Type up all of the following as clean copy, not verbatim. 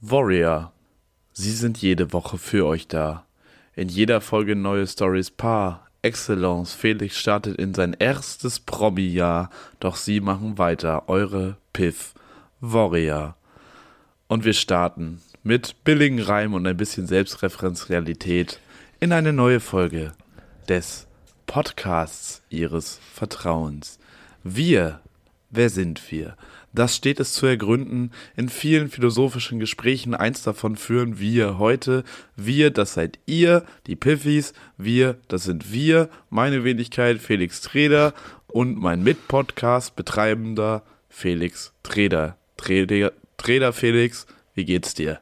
Warrior. Sie sind jede Woche für euch da. In jeder Folge neue Stories par excellence. Felix startet in sein erstes Promi-Jahr, doch sie machen weiter. Eure Piff Warrior. Und wir starten mit billigen Reim und ein bisschen Selbstreferenzialität in eine neue Folge des Podcasts Ihres Vertrauens. Wer sind wir? Das steht es zu ergründen in vielen philosophischen Gesprächen. Eins davon führen wir heute. Wir, das seid ihr, die Piffis. Wir, das sind wir, meine Wenigkeit, Felix Treder und mein Mitpodcast-Betreibender Felix Treder. Treder Felix, wie geht's dir?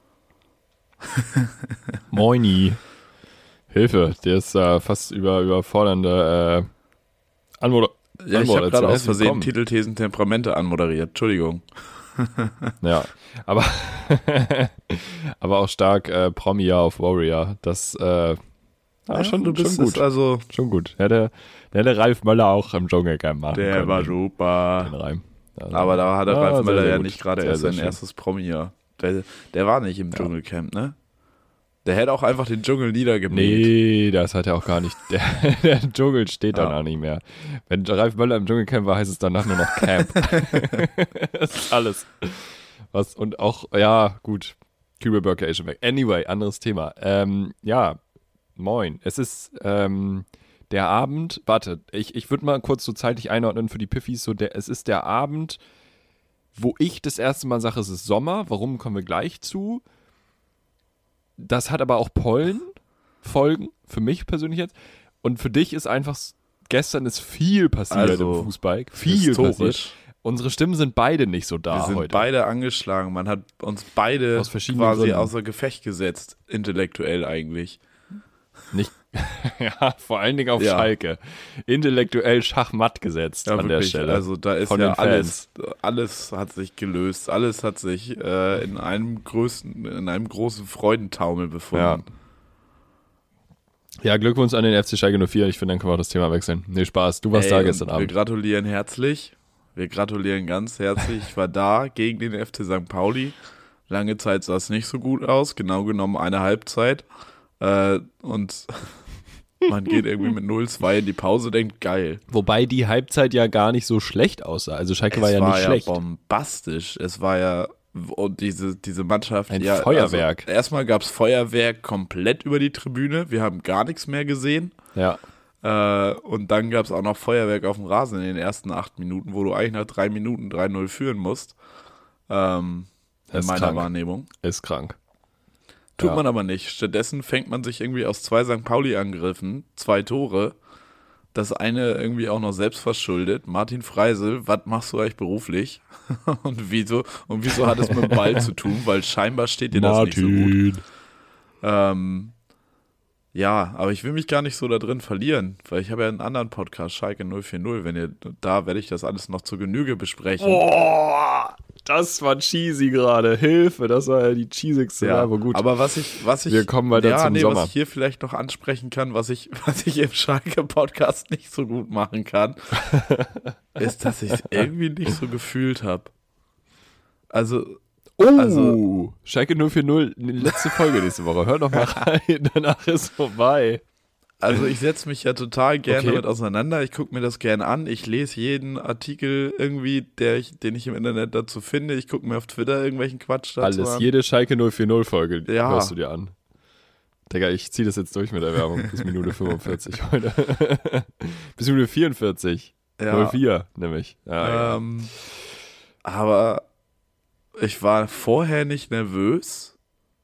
Moini. Hilfe, der ist fast überfordernde Anmoderation. Ja, ich habe gerade aus Versehen Titel, Thesen, Temperamente anmoderiert. Entschuldigung. Ja, aber auch stark Promi-Jahr auf Warrior. Das ja, schon du bist schon gut. Also schon gut. Hätte Ralf Möller auch im Dschungelcamp machen können. Der war super. Den Reim. Also, aber da hatte Ralf Möller ja gut. nicht gerade Sehr, erst sehr sein schön. erstes Promi-Jahr. Der war nicht im Dschungelcamp, ne? Der hätte auch einfach den Dschungel niedergemäht. Nee, das hat er auch gar nicht. Der Dschungel steht dann auch nicht mehr. Wenn Ralf Möller im Dschungelcamp war, heißt es danach nur noch Camp. Das ist alles. Was, und auch, ja, gut, Kübelberg ist schon weg. Anyway, anderes Thema. Ja, moin. Es ist der Abend, warte, ich würde mal kurz so zeitlich einordnen für die Piffis. Es ist der Abend, wo ich das erste Mal sage, es ist Sommer. Warum, kommen wir gleich zu. Das hat aber auch Pollenfolgen, für mich persönlich jetzt. Und für dich ist einfach, gestern ist viel passiert im Fußball. Viel passiert. Unsere Stimmen sind beide nicht so da heute. Wir sind beide angeschlagen. Man hat uns beide quasi außer Gefecht gesetzt. Intellektuell eigentlich. Nicht, ja, vor allen Dingen auf Schalke. Intellektuell schachmatt gesetzt an der Stelle. Also da ist ja alles hat sich gelöst. Alles hat sich in einem großen Freudentaumel befunden. Ja, Glückwunsch an den FC Schalke 04. Ich finde, dann können wir auch das Thema wechseln. Nee, Spaß. Du warst da gestern Abend. Wir gratulieren herzlich. Wir gratulieren ganz herzlich. Ich war da gegen den FC St. Pauli. Lange Zeit sah es nicht so gut aus. Genau genommen eine Halbzeit. Und man geht irgendwie mit 0-2 in die Pause, denkt, geil. Wobei die Halbzeit ja gar nicht so schlecht aussah. Also Schalke war ja nicht schlecht. Es war ja bombastisch. Es war ja, und diese Mannschaft. Ein Feuerwerk. Also erstmal gab es Feuerwerk komplett über die Tribüne. Wir haben gar nichts mehr gesehen. Ja. Und dann gab es auch noch Feuerwerk auf dem Rasen in den ersten 8 Minuten, wo du eigentlich nach 3 Minuten 3-0 führen musst. In meiner Wahrnehmung. Ist krank. Tut man aber nicht. Stattdessen fängt man sich irgendwie aus 2 St. Pauli-Angriffen, 2 Tore, das eine irgendwie auch noch selbst verschuldet. Martin Freisel, was machst du eigentlich beruflich? Und wieso hat es mit dem Ball zu tun? Weil scheinbar steht dir das nicht so gut. Ja, aber ich will mich gar nicht so da drin verlieren, weil ich habe ja einen anderen Podcast, Schalke 040. Da werde ich das alles noch zur Genüge besprechen. Boah, das war cheesy gerade. Hilfe, das war ja die cheesigste. Ja, aber gut. Aber was ich wir kommen weiter zum Sommer. Was ich hier vielleicht noch ansprechen kann, was ich im Schalke-Podcast nicht so gut machen kann, ist, dass ich es irgendwie nicht so gefühlt habe. Also Schalke 040, die letzte Folge nächste Woche. Hör doch mal rein, danach ist vorbei. Also ich setze mich ja total gerne damit auseinander. Ich gucke mir das gerne an. Ich lese jeden Artikel irgendwie, den ich im Internet dazu finde. Ich gucke mir auf Twitter irgendwelchen Quatsch dazu an. Jede Schalke 040 Folge hörst du dir an. Digga, ich ziehe das jetzt durch mit der Werbung bis Minute 45 heute. Bis Minute 44. 04 nämlich. Ja, aber ich war vorher nicht nervös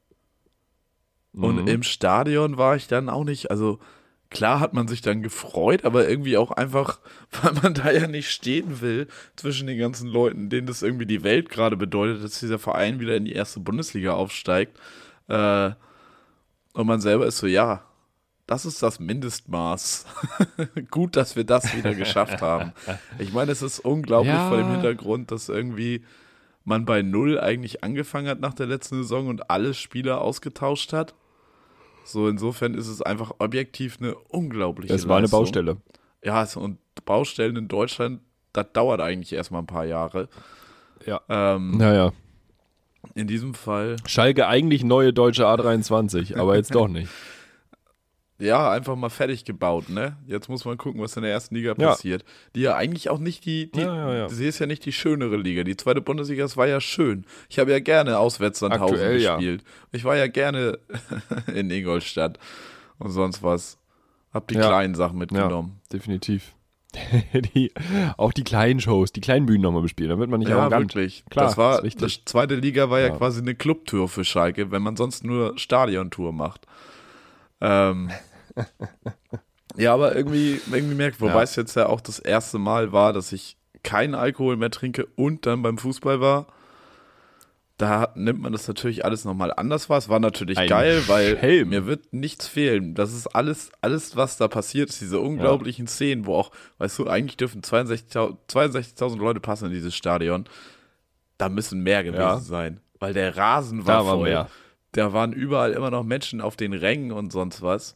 und im Stadion war ich dann auch nicht, also klar hat man sich dann gefreut, aber irgendwie auch einfach, weil man da ja nicht stehen will zwischen den ganzen Leuten, denen das irgendwie die Welt gerade bedeutet, dass dieser Verein wieder in die erste Bundesliga aufsteigt und man selber ist so, ja, das ist das Mindestmaß. Gut, dass wir das wieder geschafft haben. Ich meine, es ist unglaublich vor dem Hintergrund, dass irgendwie man bei 0 eigentlich angefangen hat nach der letzten Saison und alle Spieler ausgetauscht hat. So, insofern ist es einfach objektiv eine unglaubliche Leistung. Es war eine Baustelle. Ja, und Baustellen in Deutschland, das dauert eigentlich erstmal ein paar Jahre. Ja. In diesem Fall, Schalke eigentlich neue deutsche A23, aber jetzt doch nicht. ja, einfach mal fertig gebaut, ne? Jetzt muss man gucken, was in der ersten Liga Ja. passiert. Die ja eigentlich auch nicht Ja. sie ist ja nicht die schönere Liga. Die zweite Bundesliga, das war ja schön. Ich habe ja gerne auswärts Sandhausen Aktuell, ja. gespielt. Ich war ja gerne in Ingolstadt und sonst was. Hab die Ja. kleinen Sachen mitgenommen. Definitiv. Auch die kleinen Shows, die kleinen Bühnen nochmal bespielen, damit man nicht Ja, arrogant. wirklich. Klar, das war, ist wichtig. die zweite Liga war ja Ja. quasi eine Clubtour für Schalke, wenn man sonst nur Stadiontour macht. Ja, aber irgendwie merkt, wobei Ja. es jetzt ja auch das erste Mal war, dass ich keinen Alkohol mehr trinke und dann beim Fußball war. Da nimmt man das natürlich alles nochmal anders wahr. Es war natürlich Ein geil, weil Schelm. mir wird nichts fehlen. Das ist alles, was da passiert, ist diese unglaublichen Szenen, wo auch, weißt du, eigentlich dürfen 62.000 Leute passen in dieses Stadion. Da müssen mehr gewesen Ja. sein, weil der Rasen war Da war voll. mehr. Da waren überall immer noch Menschen auf den Rängen und sonst was.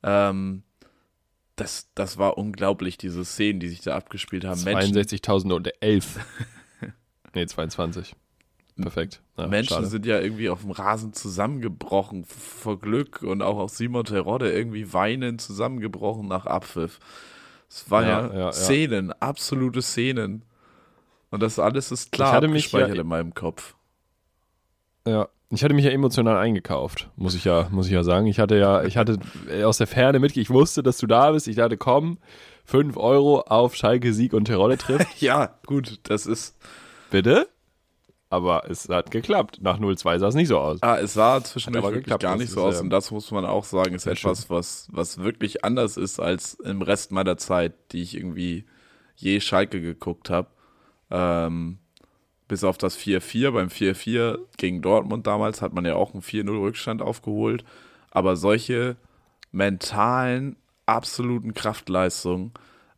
Das war unglaublich, diese Szenen, die sich da abgespielt haben. 62.011. Nee, 22. Perfekt. Ja, Menschen schade. sind ja irgendwie auf dem Rasen zusammengebrochen vor Glück und auch Simon Terodde irgendwie weinend zusammengebrochen nach Abpfiff. Es waren ja Szenen, absolute Szenen. Und das alles ist klar Ich hatte mich abgespeichert ja- in meinem Kopf. Ja, ich hatte mich ja emotional eingekauft, muss ich ja sagen. Ich hatte aus der Ferne ich wusste, dass du da bist. Ich dachte, komm, 5 Euro auf Schalke Sieg und Terodde trifft. Ja, gut, das ist. Bitte? Aber es hat geklappt. Nach 0-2 sah es nicht so aus. Es sah zwischendurch Hat aber wirklich geklappt, gar das nicht ist, so aus. Und das muss man auch sagen, ist sehr etwas, was wirklich anders ist als im Rest meiner Zeit, die ich irgendwie je Schalke geguckt habe. Bis auf das 4-4. Beim 4-4 gegen Dortmund damals hat man ja auch einen 4-0 Rückstand aufgeholt. Aber solche mentalen, absoluten Kraftleistungen,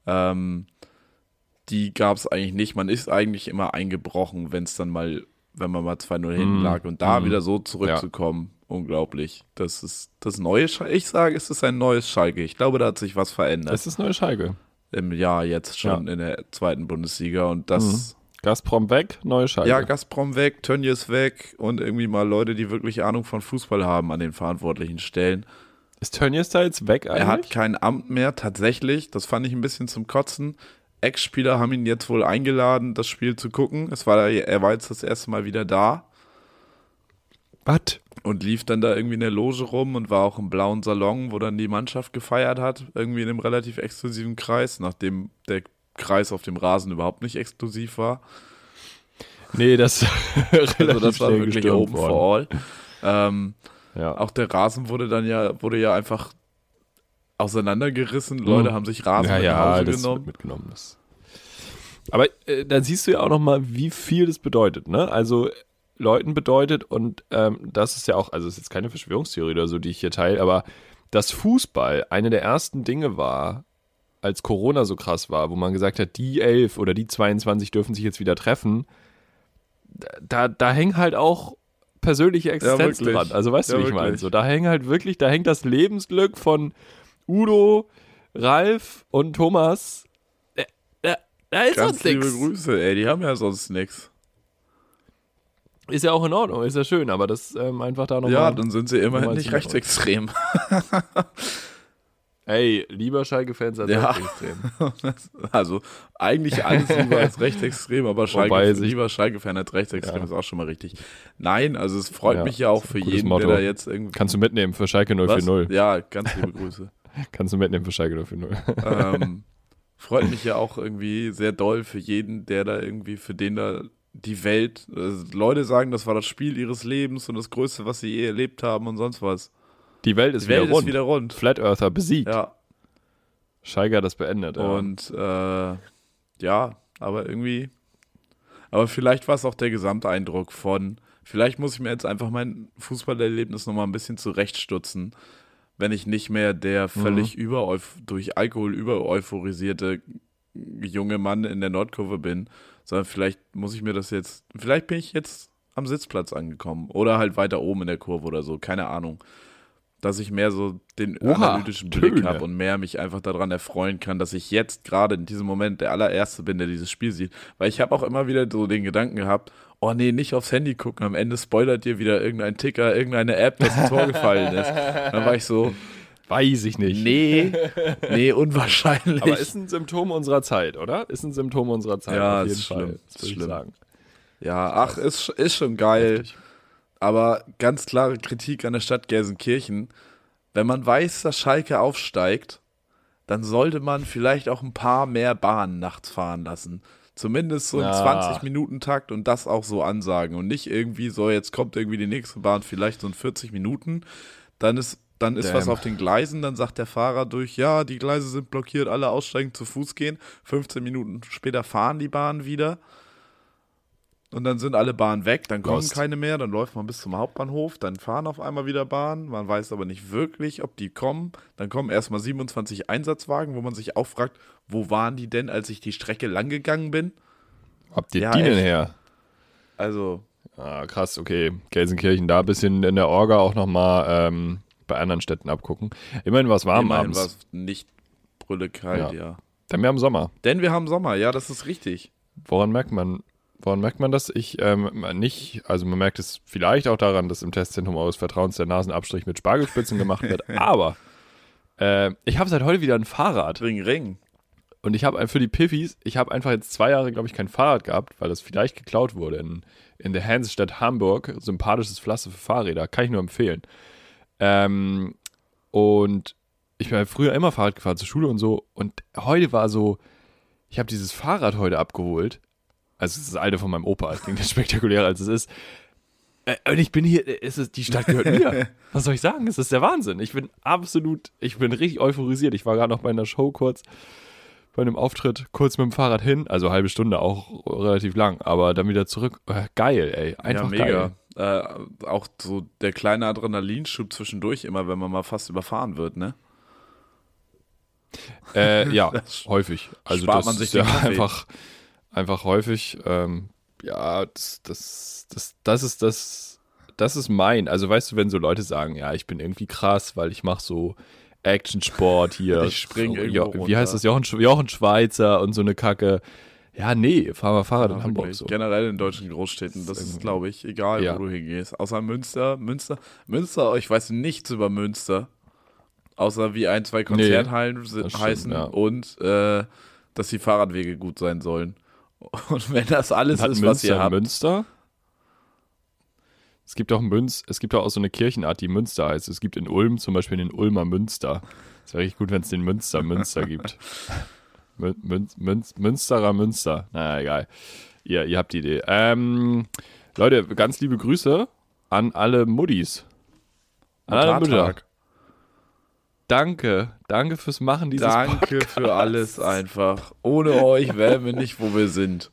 die gab es eigentlich nicht. Man ist eigentlich immer eingebrochen, wenn man mal 2-0 hinten lag. Und da wieder so zurückzukommen, unglaublich. Das ist das neue Schalke. Ich sage, es ist ein neues Schalke. Ich glaube, da hat sich was verändert. Das ist neue Schalke. Im Jahr jetzt schon in der zweiten Bundesliga. Und das. Gazprom weg, neue Schalke. Ja, Gazprom weg, Tönnies weg und irgendwie mal Leute, die wirklich Ahnung von Fußball haben, an den verantwortlichen Stellen. Ist Tönnies da jetzt weg eigentlich? Er hat kein Amt mehr, tatsächlich. Das fand ich ein bisschen zum Kotzen. Ex-Spieler haben ihn jetzt wohl eingeladen, das Spiel zu gucken. Er war jetzt das erste Mal wieder da Was? und lief dann da irgendwie in der Loge rum und war auch im blauen Salon, wo dann die Mannschaft gefeiert hat, irgendwie in einem relativ exklusiven Kreis, nachdem der Kreis auf dem Rasen überhaupt nicht exklusiv war. Nee, das Also das war wirklich gestürmt open for all. Ja. Auch der Rasen wurde ja einfach auseinandergerissen. Leute haben sich Rasen mit nach Hause das genommen. wird mitgenommen. Aber da siehst du ja auch nochmal, wie viel das bedeutet, ne? Also Leuten bedeutet und das ist ja auch, also es ist jetzt keine Verschwörungstheorie oder so, die ich hier teile, aber dass Fußball eine der ersten Dinge war, als Corona so krass war, wo man gesagt hat, die 11 oder die 22 dürfen sich jetzt wieder treffen, da hängen halt auch persönliche Existenz wirklich. dran. Also weißt du, Ja, wie ich meine? wirklich. So, da hängt das Lebensglück von Udo, Ralf und Thomas. Da ist Ganz sonst liebe nichts. Grüße, ey, die haben ja sonst nichts. Ist ja auch in Ordnung, ist ja schön, aber das einfach da nochmal. Ja, dann sind sie immerhin nochmal nicht zum rechtsextrem. Ey, lieber Schalke-Fans als Ja. rechtsextrem. Also eigentlich alles lieber als rechtsextrem, aber lieber Schalke-Fan als rechtsextrem ist auch schon mal richtig. Nein, also es freut mich ja auch für gutes jeden, Motto. der da jetzt irgendwie... Kannst du mitnehmen für Schalke Was? 040. Ja, ganz liebe Grüße. Kannst du mitnehmen für Schalke 040. Freut mich ja auch irgendwie sehr doll für jeden, der da irgendwie, für den da die Welt, Leute sagen, das war das Spiel ihres Lebens und das Größte, was sie je erlebt haben und sonst was. Die Welt ist, wieder, rund. rund. Flat Earther besiegt. Ja, Schalke hat das beendet. Ja. und ja, aber irgendwie, aber vielleicht war es auch der Gesamteindruck von, vielleicht muss ich mir jetzt einfach mein Fußballerlebnis nochmal ein bisschen zurechtstutzen, wenn ich nicht mehr der völlig durch Alkohol übereuphorisierte junge Mann in der Nordkurve bin, sondern vielleicht bin ich jetzt am Sitzplatz angekommen oder halt weiter oben in der Kurve oder so, keine Ahnung. Dass ich mehr so den analytischen Blick Töne. habe und mehr mich einfach daran erfreuen kann, dass ich jetzt gerade in diesem Moment der allererste bin, der dieses Spiel sieht. Weil ich habe auch immer wieder so den Gedanken gehabt, Oh nee, nicht aufs Handy gucken. Am Ende spoilert dir wieder irgendein Ticker, irgendeine App, dass ein Tor gefallen ist. Dann war ich so, weiß ich nicht. Nee, unwahrscheinlich. Aber ist ein Symptom unserer Zeit, oder? Ist ein Symptom unserer Zeit, Ja, auf jeden ist Fall. schlimm, Das ist würde ich schlimm. sagen. Ja, ach, ist schon geil. Heftig. Aber ganz klare Kritik an der Stadt Gelsenkirchen. Wenn man weiß, dass Schalke aufsteigt, dann sollte man vielleicht auch ein paar mehr Bahnen nachts fahren lassen. Zumindest so im 20-Minuten-Takt und das auch so ansagen. Und nicht irgendwie so, jetzt kommt irgendwie die nächste Bahn, vielleicht so in 40 Minuten. Dann ist was auf den Gleisen, dann sagt der Fahrer durch, ja, die Gleise sind blockiert, alle aussteigen, zu Fuß gehen. 15 Minuten später fahren die Bahnen wieder. Und dann sind alle Bahnen weg, dann kommen keine mehr, dann läuft man bis zum Hauptbahnhof, dann fahren auf einmal wieder Bahnen, man weiß aber nicht wirklich, ob die kommen. Dann kommen erstmal 27 Einsatzwagen, wo man sich auch fragt, wo waren die denn, als ich die Strecke lang gegangen bin? Habt ihr Ja, die denn echt. her? Also, Krass, okay. Gelsenkirchen, da ein bisschen in der Orga auch nochmal bei anderen Städten abgucken. Immerhin war es warm immerhin abends. war es nicht brüllekalt, ja. Denn wir haben Sommer. Denn wir haben Sommer, ja, das ist richtig. Woran merkt man das? Also man merkt es vielleicht auch daran, dass im Testzentrum eures Vertrauens der Nasenabstrich mit Spargelspitzen gemacht wird, aber ich habe seit heute wieder ein Fahrrad. Ring, Ring. Und ich habe für die Piffis, ich habe einfach jetzt 2 Jahre, glaube ich, kein Fahrrad gehabt, weil das vielleicht geklaut wurde in der Hansestadt Hamburg. Sympathisches Pflaster für Fahrräder, kann ich nur empfehlen. Und ich bin halt früher immer Fahrrad gefahren zur Schule und so. Und heute war so, ich habe dieses Fahrrad heute abgeholt. Also es ist das alte von meinem Opa, es klingt jetzt spektakulärer als es ist. Und ich bin hier, die Stadt gehört mir. Was soll ich sagen? Es ist der Wahnsinn. Ich bin richtig euphorisiert. Ich war gerade noch bei einer Show bei einem Auftritt kurz mit dem Fahrrad hin, also halbe Stunde, auch relativ lang, aber dann wieder zurück. Geil, ey. Einfach ja, mega. geil. Auch so der kleine Adrenalinschub zwischendurch immer, wenn man mal fast überfahren wird, ne? Ja, häufig. Also spart das man sich ist den ja Kaffee. einfach häufig. Ja, das ist mein. Also weißt du, wenn so Leute sagen, ja, ich bin irgendwie krass, weil ich mache so Actionsport hier. Ich spring so, irgendwo runter. wie heißt das? Jochen Schweizer und so eine Kacke. Ja, nee, fahr mal Fahrrad Ja, in Hamburg wirklich. so. Generell in deutschen Großstädten, das ist, irgendwie- glaube ich, egal, Ja. wo du hingehst. Außer Münster, ich weiß nichts über Münster. Außer wie 1, 2 Konzerthallen das stimmt, heißen ja. und dass die Fahrradwege gut sein sollen. Und wenn das alles Hat ist, was ihr habt. Münster? Es gibt auch auch so eine Kirchenart, die Münster heißt. Es gibt in Ulm zum Beispiel den Ulmer Münster. Es wäre richtig gut, wenn es den Münster gibt. Münsterer Münster. Naja, egal. Ihr habt die Idee. Leute, ganz liebe Grüße an alle Muddis. An alle Mütter. Muttertag. Danke fürs Machen dieses Danke Podcasts. für alles einfach. Ohne euch wären wir nicht, wo wir sind.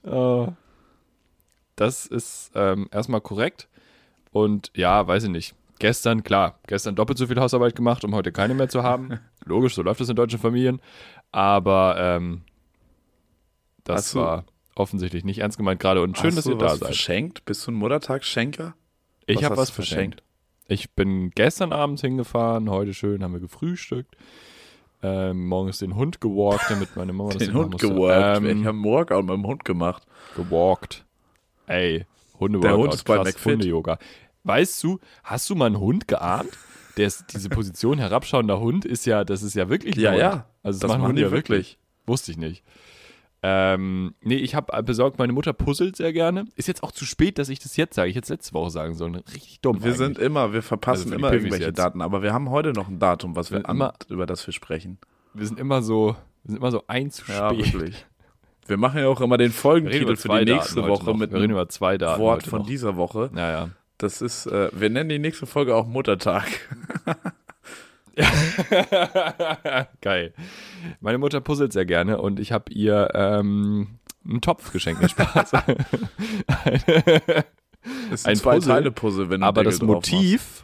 Das ist erstmal korrekt. Und ja, weiß ich nicht. Gestern doppelt so viel Hausarbeit gemacht, um heute keine mehr zu haben. Logisch, so läuft das in deutschen Familien. Aber das war offensichtlich nicht ernst gemeint gerade. Und schön, dass ihr da was seid. verschenkt? Bist du ein Muttertagsschenker? Ich habe hast was du verschenkt. Ich bin gestern abends hingefahren, heute schön, haben wir gefrühstückt. Morgen ist den Hund gewalkt, damit meine Mama das Den nicht machen Hund musste. gewalkt. Ich habe einen Workout mit dem Hund gemacht. Gewalkt. Ey, Hunde-Workout, Der Hund ist bei krass, McFit. Hunde-Yoga. Weißt du, hast du mal einen Hund geahnt? Diese Position herabschauender Hund das ist ja wirklich ein Ja, Hund. ja. Also Das machen machen Hunde die ja wirklich. Wusste ich nicht. Nee, ich habe besorgt, meine Mutter puzzelt sehr gerne. Ist jetzt auch zu spät, dass ich das jetzt sage. Ich hätte es letzte Woche sagen sollen. Richtig dumm Wir eigentlich. verpassen Also für die immer Piffis irgendwelche jetzt. Daten, aber wir haben heute noch ein Datum, über das wir sprechen. Wir sind immer so ein zu Ja, spät. wirklich. Wir machen ja auch immer den Wir reden Folgentitel über für zwei die nächste Daten heute Woche noch. mit Wir reden einem über 2 Daten Wort heute von noch. dieser Woche. Naja. Das ist, wir nennen die nächste Folge auch Muttertag. Geil. Meine Mutter puzzelt sehr gerne und ich habe ihr einen Topf geschenkt. Spaß. Ist Ein ein zwei Puzzle, Teile Puzzle, wenn du Aber Deckel das drauf machst.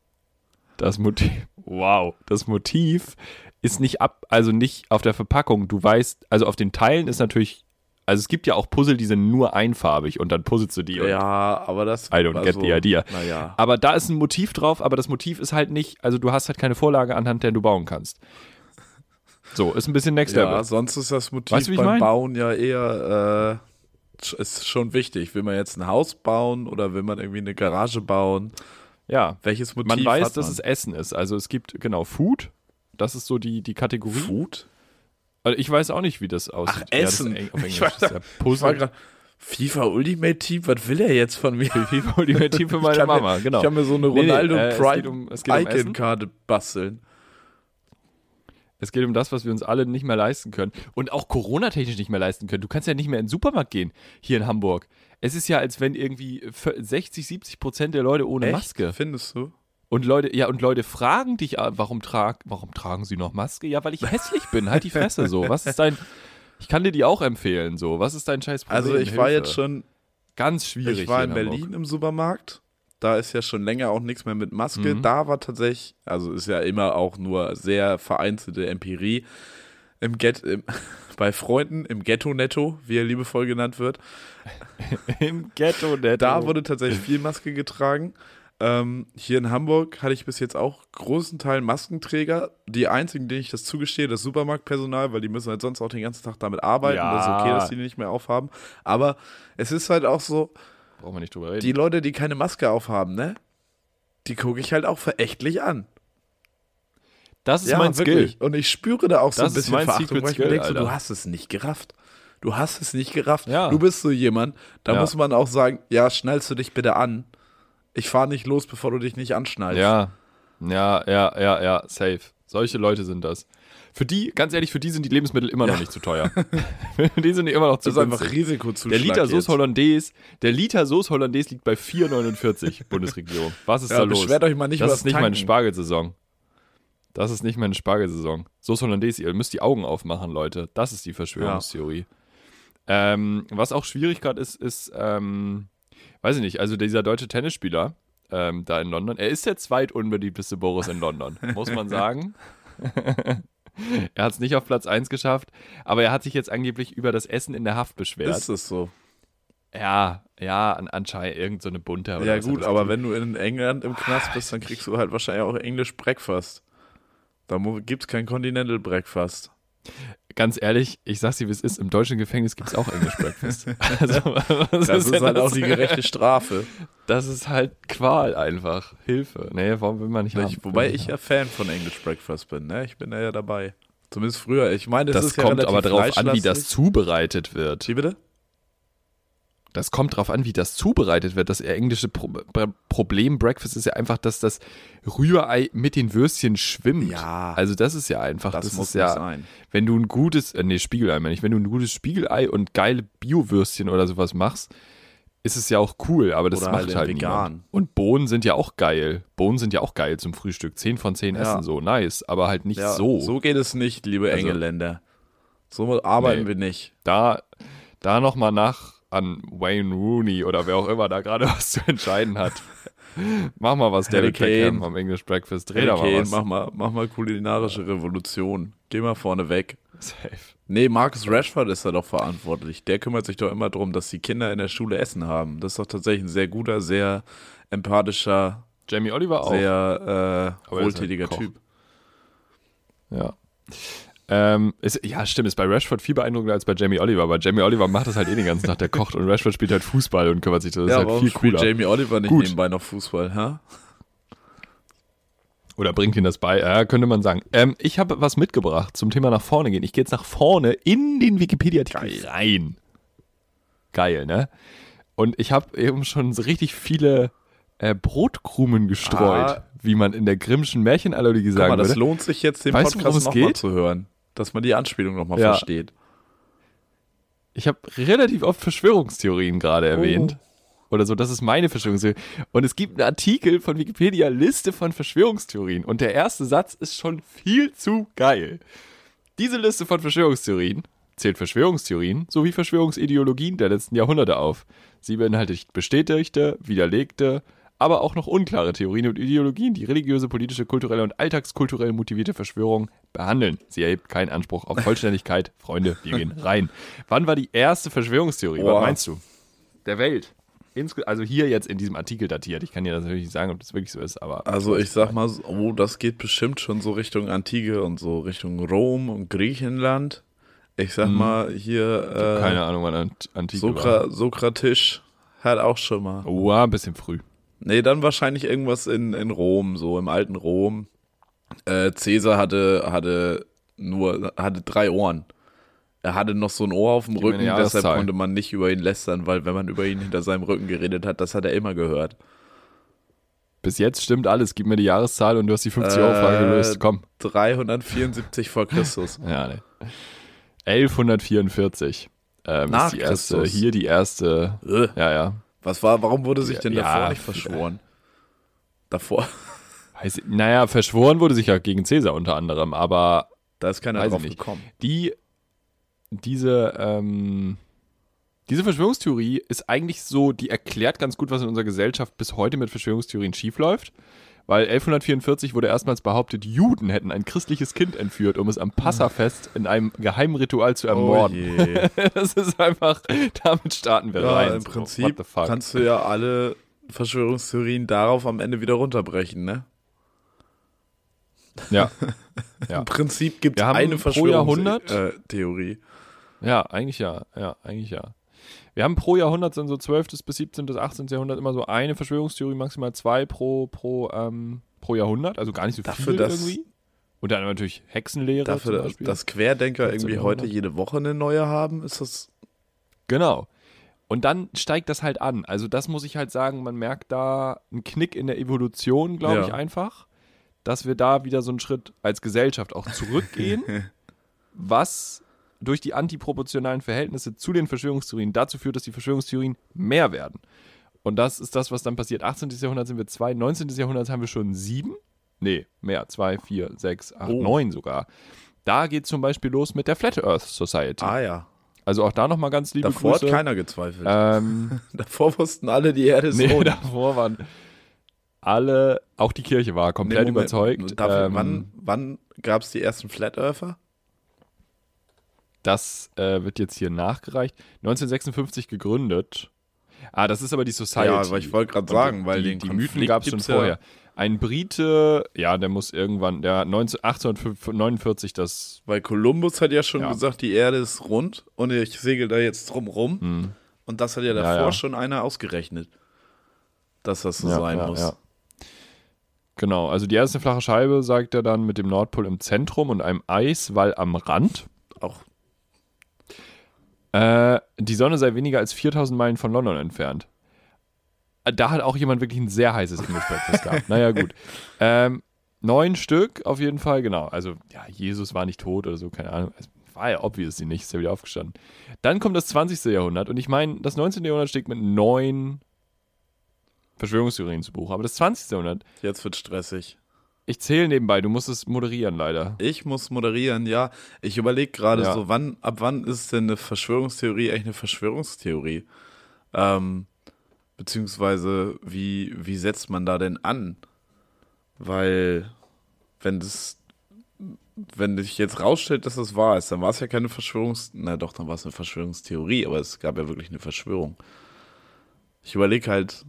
Das Motiv ist nicht nicht auf der Verpackung. Du weißt, also auf den Teilen ist natürlich, also es gibt ja auch Puzzle, die sind nur einfarbig und dann puzzelst du die. Und Ja, aber das I don't get the idea. Naja. Aber da ist ein Motiv drauf, aber das Motiv ist halt nicht, also du hast halt keine Vorlage, anhand der du bauen kannst. So, ist ein bisschen Next Level. Ja, sonst ist das Motiv Weißt du, wie ich beim mein? Bauen ja eher ist schon wichtig. Will man jetzt ein Haus bauen oder will man irgendwie eine Garage bauen? Ja. Welches Motiv Man weiß, hat dass es Essen ist. Also es gibt, genau, Food. Das ist so die Kategorie. Food? Also ich weiß auch nicht, wie das aussieht. Ach, Essen. Ja, das ist Ich war gerade FIFA Ultimate Team, was will er jetzt von mir? FIFA Ultimate Team für meine Mama, genau. Ich kann mir so eine Ronaldo Prime Icon-Karte basteln. Es geht um das, was wir uns alle nicht mehr leisten können. Und auch Corona-technisch nicht mehr leisten können. Du kannst ja nicht mehr in den Supermarkt gehen, hier in Hamburg. Es ist ja, als wenn irgendwie 60-70% der Leute ohne Echt? Maske. Findest du? Und Leute fragen dich, warum tragen sie noch Maske? Ja, weil ich hässlich bin. Halt die Fresse so. Was ist ich kann dir die auch empfehlen so. Was ist dein scheiß Problem? Also ich war jetzt schon ganz schwierig. Ich war in Hamburg. Berlin im Supermarkt. Da ist ja schon länger auch nichts mehr mit Maske. Da war tatsächlich, also ist ja immer auch nur sehr vereinzelte Empirie, bei Freunden im Ghetto-Netto, wie er liebevoll genannt wird. Im Ghetto-Netto. Da wurde tatsächlich viel Maske getragen. Hier in Hamburg hatte ich bis jetzt auch großen Teil Maskenträger. Die einzigen, denen ich das zugestehe, das Supermarktpersonal, weil die müssen halt sonst auch den ganzen Tag damit arbeiten. Ja. Das ist okay, dass die nicht mehr aufhaben. Aber es ist halt auch so, brauchen wir nicht drüber reden. die Leute, die keine Maske aufhaben, ne? Die gucke ich halt auch verächtlich an. Das ist mein Skill. Wirklich. Und ich spüre da auch so ein bisschen Verachtung, Secret weil ich mir Skill, denke, so, Alter. du hast es nicht gerafft. Du hast es nicht gerafft. Ja. Du bist so jemand, da Ja. muss man auch sagen, ja, schnallst du dich bitte an. Ich fahre nicht los, bevor du dich nicht anschnallst. Ja, safe. Solche Leute sind das. Für die, ganz ehrlich, für die sind die Lebensmittel immer noch nicht zu teuer. Die sind immer noch zu Das ist einfach günstig. Risikozuschlag. Der Liter jetzt. Sauce Hollandaise liegt bei 4,49 Bundesregierung. Was ist Ja, da los? beschwert euch mal nicht Das über ist nicht meine Spargelsaison. Das ist nicht meine Spargelsaison. Sauce Hollandaise, ihr müsst die Augen aufmachen, Leute. Das ist die Verschwörungstheorie. Was auch schwierig gerade ist, weiß ich nicht, also dieser deutsche Tennisspieler da in London, er ist der zweitunbeliebteste Boris in London, muss man sagen. Er hat es nicht auf Platz 1 geschafft, aber er hat sich jetzt angeblich über das Essen in der Haft beschwert. Ist es so? Ja, anscheinend irgend so eine bunte. Ja gut, aber wenn du in England im Knast bist, dann kriegst du halt wahrscheinlich auch English Breakfast. Da gibt's kein Continental Breakfast. Ganz ehrlich, ich sag's dir, wie es ist, im deutschen Gefängnis gibt's auch English Breakfast. Also, das ist halt auch die gerechte Strafe. Das ist halt Qual einfach. Hilfe. Nee, warum will man nicht haben? Wobei ich ja Fan von English Breakfast bin, ne? Ich bin da ja dabei. Zumindest früher. Ich meine, das ist ja kommt relativ aber drauf an, wie das fleischlastig. zubereitet wird. Wie bitte? Das kommt drauf an, wie das zubereitet wird. Das englische Problem Breakfast ist ja einfach, dass das Rührei mit den Würstchen schwimmt. Ja. Also das ist ja einfach, Das muss ist ja, nicht sein. wenn du ein gutes, Spiegelei meine ich, wenn du ein gutes Spiegelei und geile Bio-Würstchen oder sowas machst, ist es ja auch cool, aber das Oder macht halt vegan. niemand. Und Bohnen sind ja auch geil. Bohnen sind ja auch geil zum Frühstück. 10 von 10 Ja. essen so, nice, aber halt nicht Ja, so. So geht es nicht, liebe Also- Engländer. So arbeiten Nee. wir nicht. Da nochmal an Wayne Rooney oder wer auch immer da gerade was zu entscheiden hat. Mach mal was, David Harry Kane. Beckham am English Breakfast. Dreh da mal Okay, was. mach mal kulinarische Revolution. Geh mal vorne weg. Safe. Nee, Marcus Rashford ist da doch verantwortlich. Der kümmert sich doch immer darum, dass die Kinder in der Schule Essen haben. Das ist doch tatsächlich ein sehr guter, sehr empathischer, Jamie Oliver auch. sehr Aber er ist wohltätiger halt Koch. Typ. Ja. Stimmt, ist bei Rashford viel beeindruckender als bei Jamie Oliver, weil Jamie Oliver macht das halt den ganzen Tag, der kocht und Rashford spielt halt Fußball und kümmert sich, das ist halt warum viel spielt cooler. Jamie Oliver nicht Gut. nebenbei noch Fußball, hä? Oder bringt ihn das bei, könnte man sagen. Ich habe was mitgebracht zum Thema nach vorne gehen. Ich gehe jetzt nach vorne in den Wikipedia-Artikel rein. Geil, ne? Und ich habe eben schon so richtig viele Brotkrumen gestreut, wie man in der Grimmschen Märchenanalogie Guck sagen mal, das würde. lohnt sich jetzt, den Weißt du, worum Podcast es nochmal geht? zu hören. Dass man die Anspielung nochmal Ja. versteht. Ich habe relativ oft Verschwörungstheorien gerade erwähnt. Oder so, das ist meine Verschwörungstheorie. Und es gibt einen Artikel von Wikipedia, Liste von Verschwörungstheorien. Und der erste Satz ist schon viel zu geil. Diese Liste von Verschwörungstheorien zählt Verschwörungstheorien sowie Verschwörungsideologien der letzten Jahrhunderte auf. Sie beinhaltet bestätigte, widerlegte, aber auch noch unklare Theorien und Ideologien, die religiöse, politische, kulturelle und alltagskulturell motivierte Verschwörungen behandeln. Sie erhebt keinen Anspruch auf Vollständigkeit. Freunde, wir gehen rein. Wann war die erste Verschwörungstheorie? Boah. Was meinst du? Der Welt. Also hier jetzt in diesem Artikel datiert. Ich kann dir das natürlich nicht sagen, ob das wirklich so ist, aber... Also ich sag mal, das geht bestimmt schon so Richtung Antike und so Richtung Rom und Griechenland. Ich sag mal hier, keine Ahnung, wann Antike war. Sokrates hat auch schon mal. Oh, ein bisschen früh. Nee, dann wahrscheinlich irgendwas in Rom, so im alten Rom. Caesar hatte 3 Ohren. Er hatte noch so ein Ohr auf dem Gib mir Rücken, eine deshalb Jahreszahl. konnte man nicht über ihn lästern, weil wenn man über ihn hinter seinem Rücken geredet hat, das hat er immer gehört. Bis jetzt stimmt alles. Gib mir die Jahreszahl und du hast die 50-Euro-Frage gelöst. Komm. 374 vor Christus. Ja, ne. 1144 Nach ist die erste, Christus. hier die erste. Ja. Warum wurde sich denn Ja, davor nicht verschworen? Davor, Naja, verschworen wurde sich ja gegen Cäsar unter anderem, aber da ist keiner Weiß ich drauf nicht. gekommen. diese Verschwörungstheorie ist eigentlich so, die erklärt ganz gut, was in unserer Gesellschaft bis heute mit Verschwörungstheorien schiefläuft. Weil 1144 wurde erstmals behauptet, Juden hätten ein christliches Kind entführt, um es am Passafest in einem geheimen Ritual zu ermorden. Oh je. Das ist einfach, damit starten wir Ja, rein. im So, Prinzip what the fuck? kannst du ja alle Verschwörungstheorien darauf am Ende wieder runterbrechen, ne? Ja. Ja. Im Prinzip gibt es Wir haben eine pro Jahrhundert- Verschwörungstheorie. Ja, eigentlich ja. Wir haben pro Jahrhundert, so 12. bis 17. bis 18. Jahrhundert immer so eine Verschwörungstheorie, maximal 2 pro Jahrhundert, also gar nicht so Dafür, viel dass- irgendwie. Und dann natürlich Hexenlehre zum Dafür, Beispiel. dass Querdenker 15. irgendwie heute Jahrhundert. jede Woche eine neue haben, ist das. Genau. Und dann steigt das halt an. Also das muss ich halt sagen, man merkt da einen Knick in der Evolution, glaube Ja. ich einfach, dass wir da wieder so einen Schritt als Gesellschaft auch zurückgehen, was durch die antiproportionalen Verhältnisse zu den Verschwörungstheorien dazu führt, dass die Verschwörungstheorien mehr werden. Und das ist das, was dann passiert. 18. Jahrhundert sind wir 2, 19. Jahrhundert haben wir schon 7. Nee, mehr. 2, 4, 6, 8, 9 sogar. Da geht zum Beispiel los mit der Flat Earth Society. Ah ja. Also auch da nochmal ganz liebe Davor Grüße. hat keiner gezweifelt. Ähm, Davor wussten alle, die Erde ist nee, rund. davor waren alle, auch die Kirche war komplett Nee, Moment, überzeugt. wann gab es die ersten Flat Earther? Das wird jetzt hier nachgereicht. 1956 gegründet. Ah, das ist aber die Society. Ja, aber ich wollte gerade sagen, weil die den Mythen Konflikt gab es schon gibt's ja- vorher. Ein Brite, ja, der muss irgendwann, der hat 1849 das, Weil Kolumbus hat ja schon Ja. gesagt, die Erde ist rund und ich segel da jetzt drum rum. Und das hat ja davor ja. schon einer ausgerechnet, dass das so Ja, sein ja, muss. ja. Genau, also die erste flache Scheibe sagt er dann mit dem Nordpol im Zentrum und einem Eiswall am Rand. Auch Die Sonne sei weniger als 4000 Meilen von London entfernt. Da hat auch jemand wirklich ein sehr heißes English Breakfast gehabt. Naja, gut. 9 Stück auf jeden Fall, genau. Also, ja, Jesus war nicht tot oder so, keine Ahnung. Es war ja obviously nicht, ist ja wieder aufgestanden. Dann kommt das 20. Jahrhundert und ich meine, das 19. Jahrhundert steht mit 9 Verschwörungstheorien zu Buch. Aber das 20. Jahrhundert, jetzt wird stressig. ich zähle nebenbei, du musst es moderieren leider. Ich muss moderieren, ja. Ich überlege gerade Ja. so, ab wann ist denn eine Verschwörungstheorie eigentlich eine Verschwörungstheorie? Beziehungsweise, wie setzt man da denn an? Weil, wenn sich jetzt rausstellt, dass das wahr ist, dann war es ja keine dann war es eine Verschwörungstheorie, aber es gab ja wirklich eine Verschwörung. Ich überlege halt,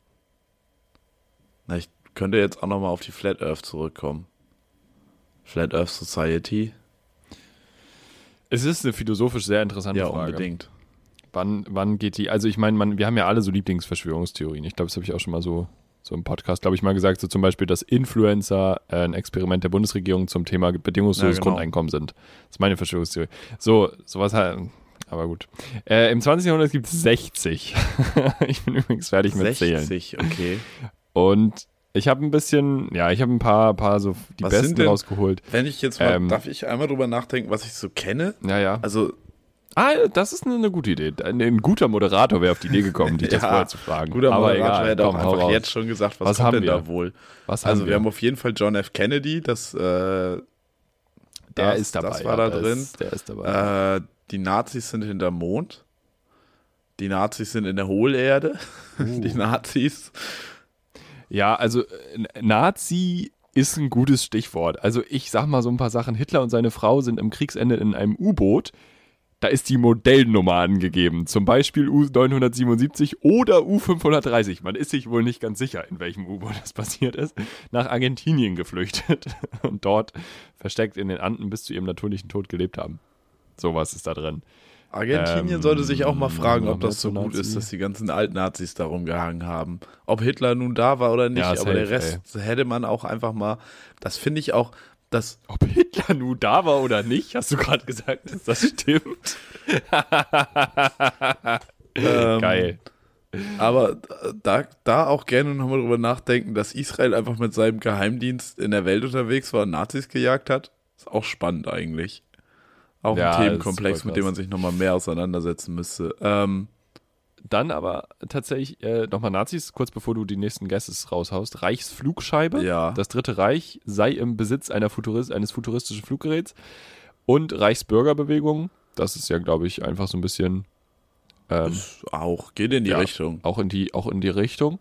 ich könnte jetzt auch nochmal auf die Flat Earth zurückkommen. Flat Earth Society? Es ist eine philosophisch sehr interessante Ja, Frage. unbedingt. Wann geht die, also ich meine, wir haben ja alle so Lieblingsverschwörungstheorien. Ich glaube, das habe ich auch schon mal so im Podcast, glaube ich, mal gesagt, so zum Beispiel, dass Influencer ein Experiment der Bundesregierung zum Thema bedingungsloses Ja, genau. Grundeinkommen sind. Das ist meine Verschwörungstheorie. Sowas halt, aber gut. Im 20. Jahrhundert gibt es 60. Ich bin übrigens fertig mit Zählen. 60, okay. Und ich habe ein paar so die Was besten sind denn- rausgeholt. Wenn ich jetzt mal, darf ich einmal drüber nachdenken, was ich so kenne? Ja. Also, Das ist eine gute Idee. Ein guter Moderator wäre auf die Idee gekommen, dich das Ja, vorher zu fragen. guter aber Moderator egal, hätte auch komm, hau einfach raus. jetzt schon gesagt, was Was kommt haben denn wir? da wohl? Was Also, haben wir haben auf jeden Fall John F. Kennedy, Der ist dabei. Das war da drin. Der ist dabei. Die Nazis sind hinterm Mond. Die Nazis sind in der Hohlerde. Die Nazis. Ja, also Nazi ist ein gutes Stichwort. Also ich sag mal so ein paar Sachen. Hitler und seine Frau sind im Kriegsende in einem U-Boot. Da ist die Modellnummer angegeben. Zum Beispiel U-977 oder U-530. Man ist sich wohl nicht ganz sicher, in welchem U-Boot das passiert ist. Nach Argentinien geflüchtet und dort versteckt in den Anden bis zu ihrem natürlichen Tod gelebt haben. Sowas ist da drin. Argentinien sollte sich auch mal fragen, ob das so Nazi. gut ist, dass die ganzen Altnazis da rumgehangen haben. Ob Hitler nun da war oder nicht, Ja, aber safe, der Rest hätte man auch einfach mal, das finde ich auch, das Ob Hitler nun da war oder nicht, hast du gerade gesagt, dass das stimmt? Geil. Aber da auch gerne nochmal drüber nachdenken, dass Israel einfach mit seinem Geheimdienst in der Welt unterwegs war und Nazis gejagt hat, ist auch spannend eigentlich. Auch Ja, ein das Themenkomplex, ist mit voll dem man krass. sich nochmal mehr auseinandersetzen müsste. Dann aber tatsächlich nochmal Nazis, kurz bevor du die nächsten Guesses raushaust. Reichsflugscheibe. Ja. Das Dritte Reich sei im Besitz eines futuristischen Fluggeräts. Und Reichsbürgerbewegung. Das ist ja, glaube ich, einfach so ein bisschen Ist auch, geht in die ja, Richtung. auch in die Richtung.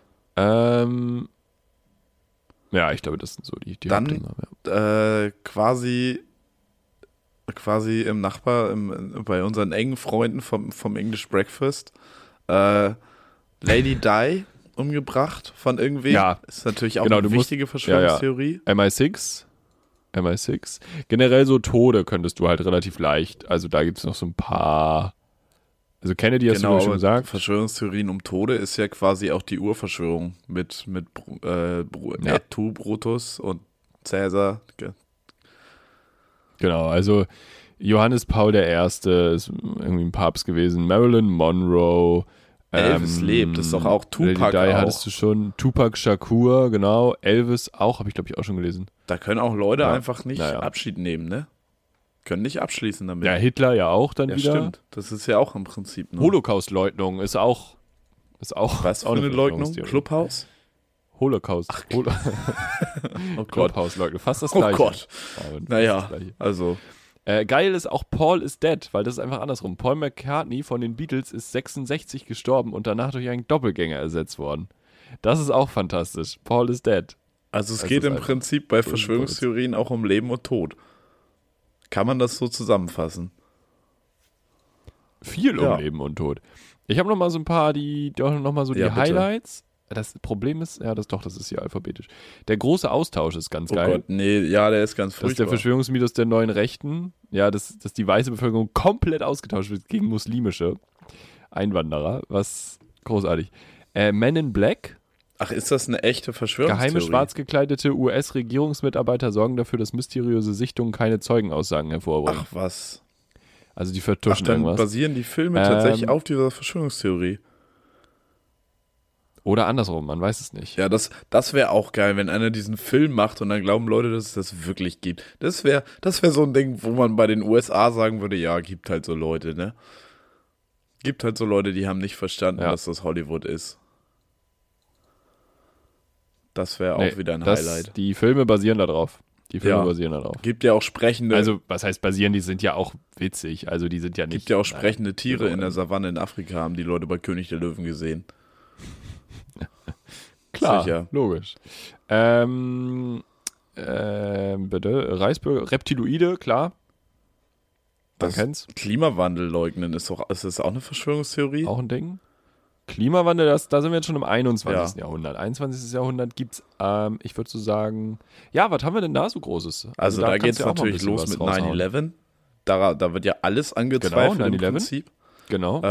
Ja, ich glaube, das sind so die Dann Hauptdinger. Ja. quasi im bei unseren engen Freunden vom English Breakfast Lady Di umgebracht von irgendwem. Ja, ist natürlich auch genau, eine wichtige Verschwörungstheorie. MI6. Generell so Tode könntest du halt relativ leicht. Also da gibt es noch so ein paar. Also Kennedy hast du ja schon aber gesagt. Verschwörungstheorien um Tode ist ja quasi auch die Urverschwörung mit Tu Brutus und Cäsar. Genau, also Johannes Paul I. ist irgendwie ein Papst gewesen. Marilyn Monroe. Elvis lebt, das ist doch auch Tupac. Lady Di auch. hattest du schon. Tupac Shakur, genau. Elvis auch, habe ich glaube ich auch schon gelesen. Da können auch Leute Ja, einfach nicht naja. Abschied nehmen, ne? Können nicht abschließen damit. Ja, Hitler ja auch dann Ja, wieder. stimmt. Das ist ja auch im Prinzip nur. Holocaust-Leugnung ist auch. Was für auch eine Leugnung? Verschwörungstheorie. Clubhaus? Holocaust. Oh Gott. Clubhouse-Leugnung. Fast das Oh gleiche. Gott. Aber fast Naja, das Gleiche. also. Geil ist auch Paul is Dead, weil das ist einfach andersrum. Paul McCartney von den Beatles ist 66 gestorben und danach durch einen Doppelgänger ersetzt worden. Das ist auch fantastisch. Paul is Dead. Also es Das geht ist im einfach Prinzip bei Verschwörungstheorien auch um Leben und Tod. Kann man das so zusammenfassen? Viel um Ja. Leben und Tod. Ich habe noch mal so ein paar, die bitte. Highlights. Das Problem ist, das ist hier alphabetisch. Der große Austausch ist ganz Oh geil. Gott, nee, ja, der ist ganz Das ist der furchtbar. Verschwörungsmythos der neuen Rechten. Ja, dass die weiße Bevölkerung komplett ausgetauscht wird gegen muslimische Einwanderer. Was großartig. Men in Black. Ach, ist das eine echte Verschwörungstheorie? Geheime schwarz gekleidete US-Regierungsmitarbeiter sorgen dafür, dass mysteriöse Sichtungen keine Zeugenaussagen hervorbringen. Ach was. Also die Ach, vertuschen dann irgendwas. basieren die Filme tatsächlich auf dieser Verschwörungstheorie. Oder andersrum, man weiß es nicht. Ja, das wäre auch geil, wenn einer diesen Film macht und dann glauben Leute, dass es das wirklich gibt. Das wär so ein Ding, wo man bei den USA sagen würde, ja, gibt halt so Leute, ne? Gibt halt so Leute, die haben nicht verstanden, Ja. dass das Hollywood ist. Das wäre auch wieder ein Highlight. Die Filme basieren da drauf. Gibt ja auch sprechende, Also, was heißt basieren? Die sind ja auch witzig. Also, die sind ja nicht. gibt ja auch sprechende Tiere genau. in der Savanne in Afrika, haben die Leute bei König der Löwen gesehen. Klar, Sicher. logisch. Bitte, Reisbürger, Reptiloide, klar. Man Das kennt's. Klimawandel leugnen ist das auch eine Verschwörungstheorie? Auch ein Ding. Klimawandel, da sind wir jetzt schon im 21. Jahrhundert. 21. Jahrhundert gibt's, ich würde so sagen, ja, was haben wir denn da so Großes? Also da geht kannst es du ja auch mal ein natürlich bisschen los was mit raushauen. 9/11. Da wird ja alles angezweifelt Genau, im 9/11. Prinzip. Genau.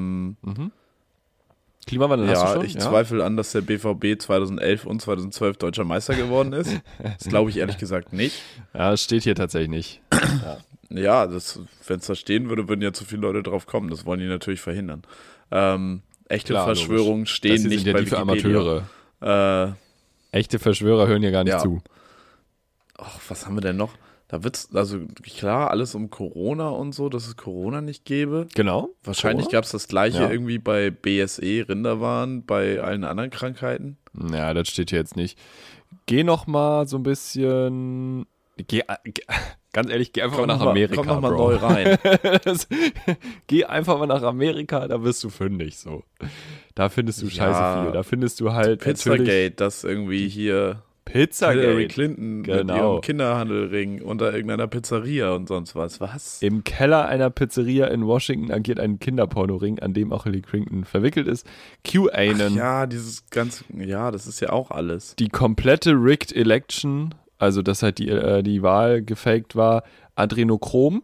Klimawandel hast du Ja, schon? ich zweifle an, dass der BVB 2011 und 2012 deutscher Meister geworden ist. Das glaube ich ehrlich gesagt nicht. Ja, es steht hier tatsächlich nicht. Ja, wenn es da stehen würde, würden ja zu viele Leute drauf kommen. Das wollen die natürlich verhindern. Echte Klar, Verschwörungen Das stehen hier nicht sind ja bei die für Wikipedia. Amateure. Echte Verschwörer hören ja gar nicht Ja. zu. Was haben wir denn noch? Da wird's, also klar, alles um Corona und so, dass es Corona nicht gäbe. Genau. Wahrscheinlich Corona? gab es das gleiche Ja. irgendwie bei BSE, Rinderwahn, bei allen anderen Krankheiten. Ja, das steht hier jetzt nicht. Geh noch mal so ein bisschen. Ganz ehrlich, geh einfach mal nach Amerika. Komm noch mal Bro. neu rein. Geh einfach mal nach Amerika, da wirst du fündig so. Da findest du Ja. scheiße viel. Da findest du halt natürlich Pizzagate, das irgendwie hier Hillary Pizzagate. Clinton mit Genau. ihrem Kinderhandelring unter irgendeiner Pizzeria und sonst was. Was? Im Keller einer Pizzeria in Washington agiert ein Kinderpornoring, an dem auch Hillary Clinton verwickelt ist. QAnon. Ja, das ist ja auch alles. Die komplette Rigged Election, also dass halt die Wahl gefaked war. Adrenochrom.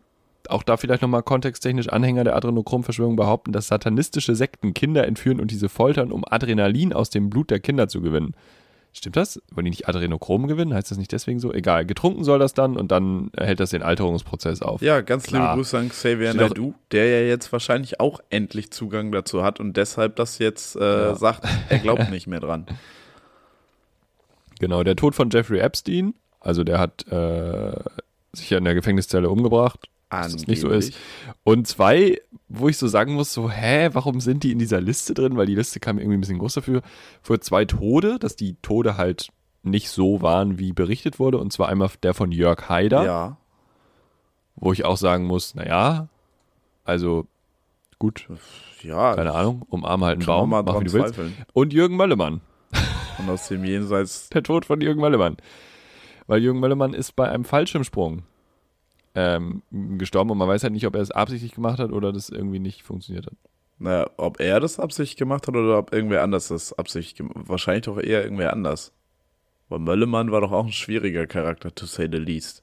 Auch da vielleicht nochmal kontexttechnisch: Anhänger der Adrenochrom-Verschwörung behaupten, dass satanistische Sekten Kinder entführen und diese foltern, um Adrenalin aus dem Blut der Kinder zu gewinnen. Stimmt das? Wollen die nicht Adrenochrom gewinnen? Heißt das nicht deswegen so? Egal. Getrunken soll das dann und dann hält das den Alterungsprozess auf. Ja, ganz liebe Klar. Grüße an Xavier Naidoo, der ja jetzt wahrscheinlich auch endlich Zugang dazu hat und deshalb das jetzt sagt, er glaubt nicht mehr dran. Genau, der Tod von Jeffrey Epstein, also der hat sich ja in der Gefängniszelle umgebracht, dass das nicht so ist. Und 2, wo ich so sagen muss, so, warum sind die in dieser Liste drin? Weil die Liste kam mir irgendwie ein bisschen groß dafür. Für 2 Tode, dass die Tode halt nicht so waren, wie berichtet wurde. Und zwar einmal der von Jörg Haider. Ja. Wo ich auch sagen muss, naja, also gut, Ja. keine Ahnung, umarme halt einen Kann Baum, man mal mach wie dran du willst. zweifeln. Und Jürgen Möllemann. Und aus dem Jenseits. Der Tod von Jürgen Möllemann. Weil Jürgen Möllemann ist bei einem Fallschirmsprung gestorben und man weiß halt nicht, ob er es absichtlich gemacht hat oder das irgendwie nicht funktioniert hat. Naja, ob er das absichtlich gemacht hat oder ob irgendwer anders das absichtlich gemacht hat. Wahrscheinlich doch eher irgendwer anders. Weil Möllemann war doch auch ein schwieriger Charakter, to say the least.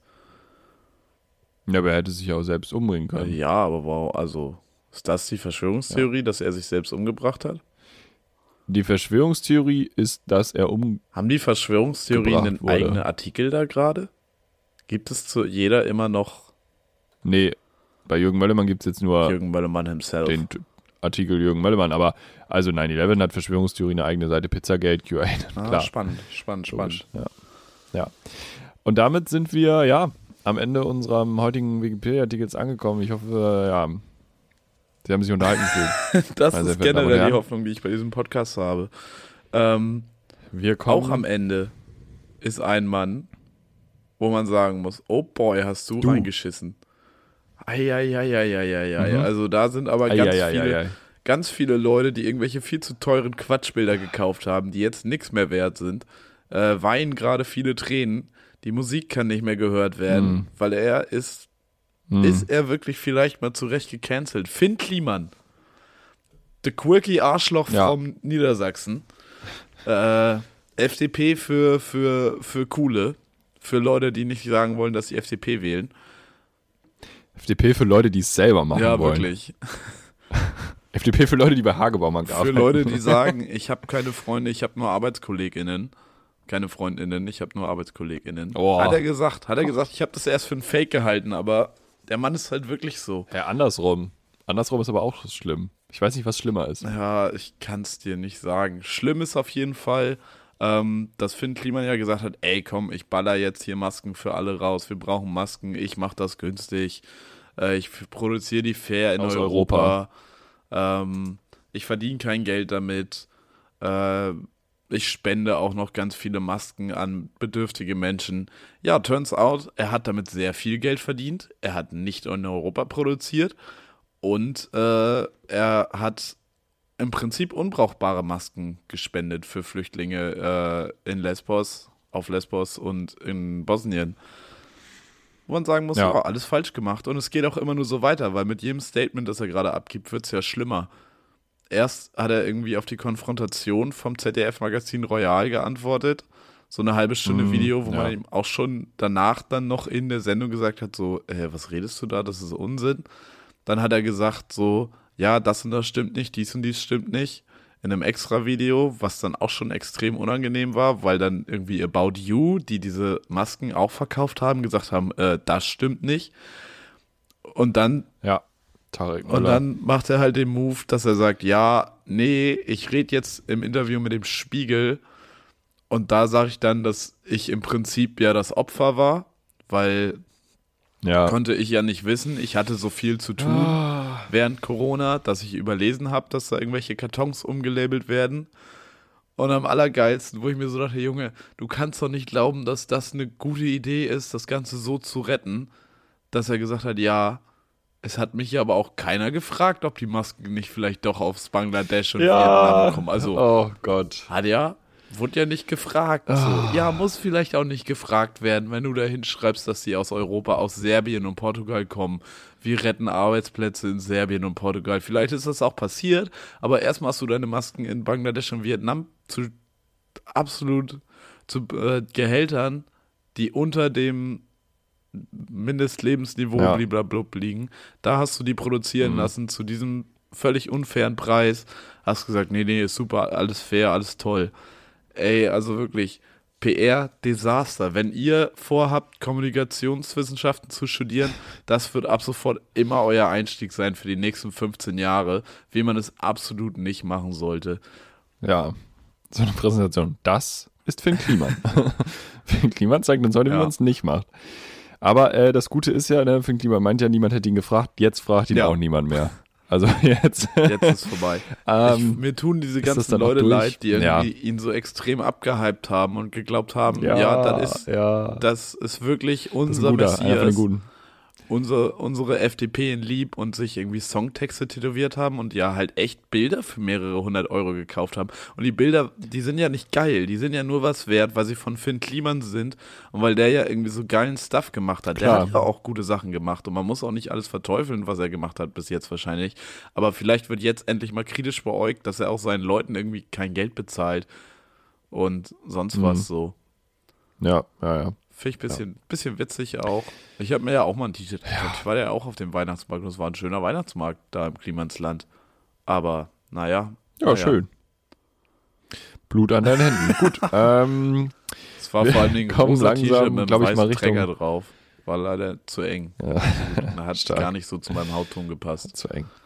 Ja, aber er hätte sich auch selbst umbringen können. Ja, aber wow, also ist das die Verschwörungstheorie, dass er sich selbst umgebracht hat? Die Verschwörungstheorie ist, dass er Haben die Verschwörungstheorien einen wurde. eigenen Artikel da gerade? Gibt es zu jeder immer noch Nee, bei Jürgen Möllemann gibt es jetzt nur Jürgen Möllemann himself? den Artikel Jürgen Möllemann, aber also 9/11 hat Verschwörungstheorie eine eigene Seite, Pizzagate, QA, klar. Spannend. Ja. Und damit sind wir, ja, am Ende unserer heutigen Wikipedia-Artikels angekommen. Ich hoffe, ja, Sie haben sich unterhalten gefühlt. Das Meine ist sehr verehrten Damen und generell die Herren. Hoffnung, die ich bei diesem Podcast habe. Wir kommen Auch am Ende ist ein Mann, wo man sagen muss, oh boy, hast du reingeschissen. Eieieiei. Also da sind aber ganz viele Leute, die irgendwelche viel zu teuren Quatschbilder gekauft haben, die jetzt nichts mehr wert sind, weinen gerade viele Tränen. Die Musik kann nicht mehr gehört werden, weil er ist er wirklich vielleicht mal zu Recht gecancelt. Finn Kliman, the quirky Arschloch vom Niedersachsen, FDP für Coole, für Leute, die nicht sagen wollen, dass sie FDP wählen. FDP für Leute, die es selber machen wollen. Ja, wirklich. FDP für Leute, die bei Hagebaumann Für arbeiten. Leute, die sagen, ich habe keine Freunde, ich habe nur ArbeitskollegInnen. Keine FreundInnen, ich habe nur ArbeitskollegInnen. Oh. Hat er gesagt, ich habe das erst für ein Fake gehalten, aber der Mann ist halt wirklich so. Ja, andersrum. Andersrum ist aber auch schlimm. Ich weiß nicht, was schlimmer ist. Ja, ich kann es dir nicht sagen. Schlimm ist auf jeden Fall, dass Finn Kliman ja gesagt hat, ey komm, ich baller jetzt hier Masken für alle raus, wir brauchen Masken, ich mach das günstig, ich produziere die fair in Aus Europa. Ich verdiene kein Geld damit, ich spende auch noch ganz viele Masken an bedürftige Menschen. Ja, turns out, er hat damit sehr viel Geld verdient, er hat nicht in Europa produziert und er hat im Prinzip unbrauchbare Masken gespendet für Flüchtlinge auf Lesbos und in Bosnien. Wo man sagen muss, ja, alles falsch gemacht. Und es geht auch immer nur so weiter, weil mit jedem Statement, das er gerade abgibt, wird es ja schlimmer. Erst hat er irgendwie auf die Konfrontation vom ZDF-Magazin Royal geantwortet. So eine halbe Stunde Video, wo man ihm auch schon danach dann noch in der Sendung gesagt hat, so, was redest du da, das ist Unsinn. Dann hat er gesagt so, ja, das und das stimmt nicht, dies und dies stimmt nicht. In einem Extra-Video, was dann auch schon extrem unangenehm war, weil dann irgendwie About You, die diese Masken auch verkauft haben, gesagt haben, das stimmt nicht. Und dann Tarek Müller. Und dann macht er halt den Move, dass er sagt, ja, nee, ich rede jetzt im Interview mit dem Spiegel und da sage ich dann, dass ich im Prinzip ja das Opfer war, weil konnte ich ja nicht wissen. Ich hatte so viel zu tun während Corona, dass ich überlesen habe, dass da irgendwelche Kartons umgelabelt werden. Und am allergeilsten, wo ich mir so dachte, Junge, du kannst doch nicht glauben, dass das eine gute Idee ist, das Ganze so zu retten, dass er gesagt hat, ja, es hat mich aber auch keiner gefragt, ob die Masken nicht vielleicht doch aufs Bangladesch und Vietnam kommen. Also, oh Gott. Wurde ja nicht gefragt. So. Ja, muss vielleicht auch nicht gefragt werden, wenn du da hinschreibst, dass die aus Europa, aus Serbien und Portugal kommen. Wir retten Arbeitsplätze in Serbien und Portugal. Vielleicht ist das auch passiert, aber erstmal hast du deine Masken in Bangladesch und Vietnam zu Gehältern, die unter dem Mindestlebensniveau Ja. bliblablub liegen. Da hast du die produzieren lassen zu diesem völlig unfairen Preis. Hast gesagt, nee, ist super, alles fair, alles toll. Ey, also wirklich, PR-Desaster. Wenn ihr vorhabt, Kommunikationswissenschaften zu studieren, das wird ab sofort immer euer Einstieg sein für die nächsten 15 Jahre, wie man es absolut nicht machen sollte. Ja, so eine Präsentation. Das ist Finn Kliman. Finn Kliman zeigt uns heute, wie man es nicht macht. Aber das Gute ist ja, ne, Finn Kliman meint ja, niemand hätte ihn gefragt. Jetzt fragt ihn auch niemand mehr. Also jetzt. Jetzt ist vorbei. Mir tun diese ganzen Leute leid, die irgendwie ihn so extrem abgehypt haben und geglaubt haben, das ist wirklich unser Messias. Unsere FDP in Lieb und sich irgendwie Songtexte tätowiert haben und ja halt echt Bilder für mehrere 100 Euro gekauft haben. Und die Bilder, die sind ja nicht geil, die sind ja nur was wert, weil sie von Finn Kliman sind und weil der ja irgendwie so geilen Stuff gemacht hat. Klar. Der hat ja auch gute Sachen gemacht und man muss auch nicht alles verteufeln, was er gemacht hat bis jetzt wahrscheinlich. Aber vielleicht wird jetzt endlich mal kritisch beäugt, dass er auch seinen Leuten irgendwie kein Geld bezahlt und sonst was so. Ja. Finde ich ein bisschen witzig auch. Ich habe mir ja auch mal ein T-Shirt gekauft. Ich war ja auch auf dem Weihnachtsmarkt und es war ein schöner Weihnachtsmarkt da im Klimansland. Aber, naja. Schön. Blut an deinen Händen. Gut. Es war vor allen Dingen ein rosa T-Shirt mit einem weißen Richtung... Träger drauf. War leider zu eng. Ja. Da hat gar nicht so zu meinem Hautton gepasst. Zu eng.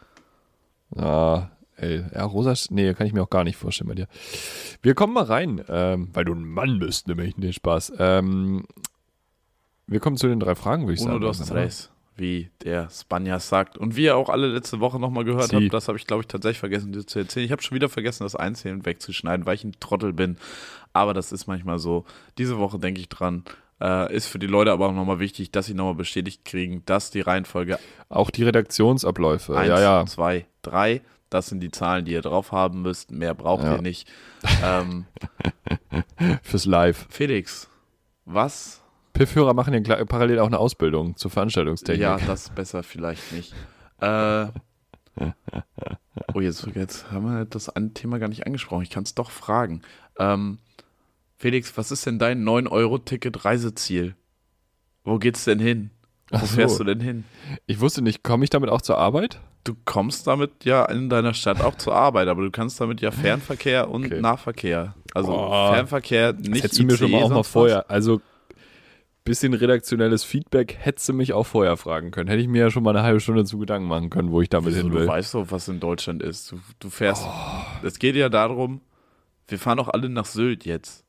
Rosa, nee, kann ich mir auch gar nicht vorstellen bei dir. Wir kommen mal rein, weil du ein Mann bist, nämlich, nee, Spaß. Wir kommen zu den 3 Fragen, würde ich sagen. Uno dos tres, wie der Spanier sagt. Und wie ihr auch alle letzte Woche nochmal gehört habt, das habe ich, glaube ich, tatsächlich vergessen dir zu erzählen. Ich habe schon wieder vergessen, das Einzählen wegzuschneiden, weil ich ein Trottel bin. Aber das ist manchmal so. Diese Woche denke ich dran. Ist für die Leute aber auch nochmal wichtig, dass sie nochmal bestätigt kriegen, dass die Reihenfolge... Auch die Redaktionsabläufe. 1, 2, 3... Das sind die Zahlen, die ihr drauf haben müsst. Mehr braucht ihr nicht. Fürs Live. Felix, was? Piff-Hörer machen ja parallel auch eine Ausbildung zur Veranstaltungstechnik. Ja, das besser vielleicht nicht. Jetzt haben wir das Thema gar nicht angesprochen. Ich kann es doch fragen. Felix, was ist denn dein 9-Euro-Ticket-Reiseziel? Wo geht's denn hin? Wo fährst du denn hin? Ich wusste nicht, komme ich damit auch zur Arbeit? Du kommst damit ja in deiner Stadt auch zur Arbeit, aber du kannst damit ja Fernverkehr und Nahverkehr. Also Fernverkehr nicht das hättest du mir schon mal auch mal vorher, also bisschen redaktionelles Feedback hättest du mich auch vorher fragen können. Hätte ich mir ja schon mal eine halbe Stunde zu Gedanken machen können, wo ich damit hin will. Du weißt doch, was in Deutschland ist. Du fährst, es geht ja darum, wir fahren doch alle nach Sylt jetzt.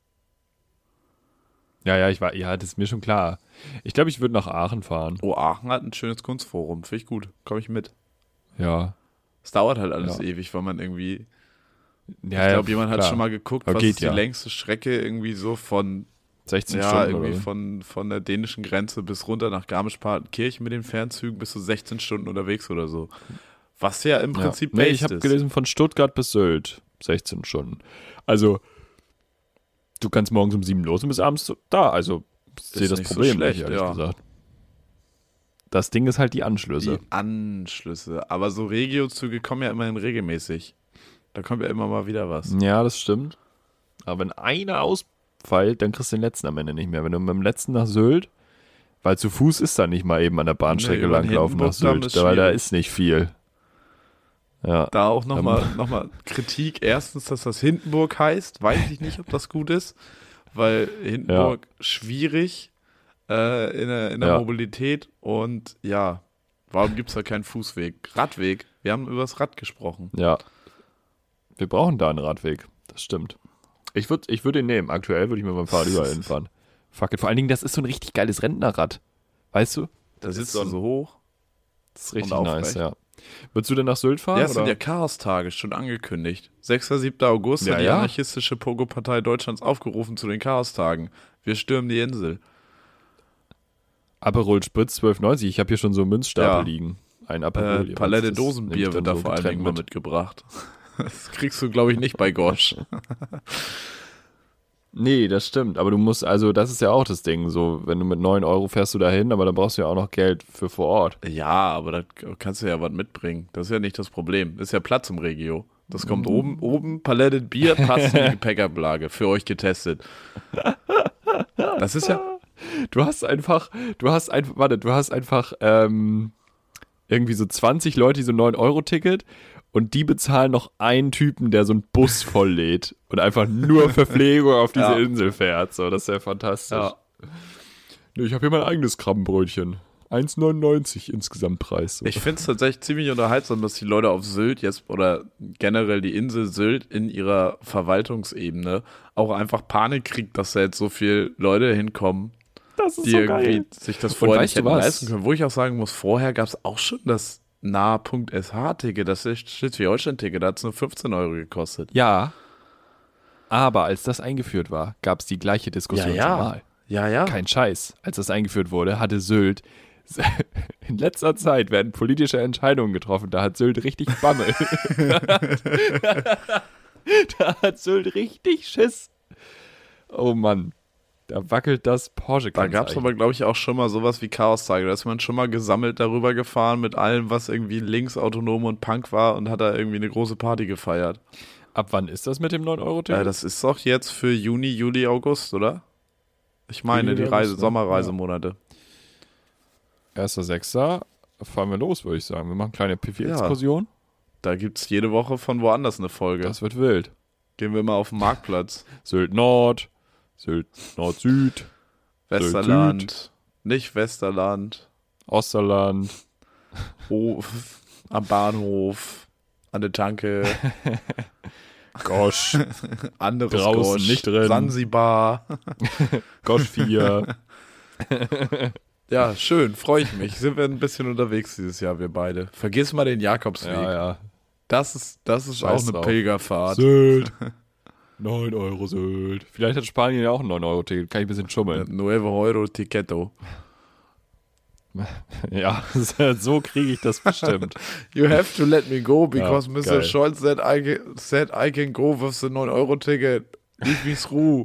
Ja, das ist mir schon klar. Ich glaube, ich würde nach Aachen fahren. Oh, Aachen hat ein schönes Kunstforum. Finde ich gut. Komme ich mit. Ja. Es dauert halt alles ewig, weil man irgendwie... ich glaube, jemand hat schon mal geguckt, was ist die längste Strecke irgendwie so von... 16 Stunden irgendwie von der dänischen Grenze bis runter nach Garmisch-Partenkirchen mit den Fernzügen bis zu 16 Stunden unterwegs oder so. Was ja im Prinzip based ist. Ich habe gelesen, von Stuttgart bis Sylt 16 Stunden. Also... Du kannst morgens um 7 los und bis abends da. Also, ich sehe das Problem so schlecht, ehrlich gesagt. Das Ding ist halt die Anschlüsse. Die Anschlüsse. Aber so Regiozüge kommen ja immerhin regelmäßig. Da kommt ja immer mal wieder was. Ja, das stimmt. Aber wenn einer ausfällt, dann kriegst du den letzten am Ende nicht mehr. Wenn du mit dem letzten nach Sylt, weil zu Fuß ist da nicht mal eben an der Bahnstrecke langlaufen nach Sylt, weil da ist nicht viel. Ja. Da auch nochmal Kritik. Erstens, dass das Hindenburg heißt. Weiß ich nicht, ob das gut ist. Weil Hindenburg schwierig in der Mobilität. Und ja, warum gibt es da keinen Fußweg? Radweg. Wir haben über das Rad gesprochen. Ja. Wir brauchen da einen Radweg. Das stimmt. Ich würde ihn nehmen. Aktuell würde ich mit meinem Fahrrad überall hinfahren. Fuck it. Vor allen Dingen, das ist so ein richtig geiles Rentnerrad. Weißt du? Da sitzt du so hoch. Das ist richtig nice, ja. Würdest du denn nach Sylt fahren? Ja, es sind ja Chaostage, schon angekündigt. 6. 7. August hat die anarchistische Pogo-Partei Deutschlands aufgerufen zu den Chaostagen. Wir stürmen die Insel. Aperol Spritz 12,90. Ich habe hier schon so Münzstapel liegen. Ein Aperol. Palette Dosenbier wird da vor allen Dingen mal mitgebracht. Das kriegst du, glaube ich, nicht bei Gosch. Nee, das stimmt. Aber du musst, also das ist ja auch das Ding. So, wenn du mit 9 Euro fährst du dahin, aber dann brauchst du ja auch noch Geld für vor Ort. Ja, aber da kannst du ja was mitbringen. Das ist ja nicht das Problem. Ist ja Platz im Regio. Das kommt oben Palette Bier, passt in die Gepäckablage. Für euch getestet. Das ist ja... Du hast einfach, irgendwie so 20 Leute, die so ein 9-Euro-Ticket und die bezahlen noch einen Typen, der so einen Bus volllädt und einfach nur Verpflegung auf diese Insel fährt. So, das ist ja fantastisch. Ja. Nee, ich habe hier mein eigenes Krabbenbrötchen. 1,99 insgesamt Preis. So. Ich finde es tatsächlich ziemlich unterhaltsam, dass die Leute auf Sylt jetzt oder generell die Insel Sylt in ihrer Verwaltungsebene auch einfach Panik kriegt, dass da jetzt so viele Leute hinkommen, Das ist die so irgendwie geil. sich das Und vorher weißt nicht du hätten was? leisten können. Wo ich auch sagen muss, vorher gab es auch schon das nah.sh-Ticket, das Schleswig-Holstein-Ticket, da hat es nur 15 Euro gekostet. Ja, aber als das eingeführt war, gab es die gleiche Diskussion Ja. schon mal. Ja. Kein Scheiß. Als das eingeführt wurde, hatte Sylt in letzter Zeit werden politische Entscheidungen getroffen. Da hat Sylt richtig Bammel. Da hat Sylt richtig Schiss. Oh Mann. Da wackelt das Porsche. Da gab es aber, glaube ich, auch schon mal sowas wie Chaos-Tage. Da ist man schon mal gesammelt darüber gefahren mit allem, was irgendwie links, autonom und Punk war und hat da irgendwie eine große Party gefeiert. Ab wann ist das mit dem 9-Euro-Ticket? Das ist doch jetzt für Juni, Juli, August, oder? Ich meine, Juli, die August, ne? Sommerreisemonate. 1.6. fahren wir los, würde ich sagen. Wir machen eine kleine Pifi-Exkursion. Da gibt es jede Woche von woanders eine Folge. Das wird wild. Gehen wir mal auf den Marktplatz. Sylt Nord, Sylt Nord-Süd, Westerland, nicht Westerland, Osterland. Hof, am Bahnhof, an der Tanke, Gosch, anderes Draußen, Gosch, nicht drin. Sansibar. Gosch 4. Ja, schön, freue ich mich. Sind wir ein bisschen unterwegs dieses Jahr, wir beide. Vergiss mal den Jakobsweg. Ja. Das ist Scheiß auch eine drauf. Pilgerfahrt. Sylt. 9 Euro Sylt. Vielleicht hat Spanien ja auch ein 9-Euro-Ticket. Kann ich ein bisschen schummeln. Nuevo Euro Ticketo. Ja, so kriege ich das bestimmt. You have to let me go because Ja, Mr. geil. Scholz said I can go with the 9-Euro-Ticket. Leave me through.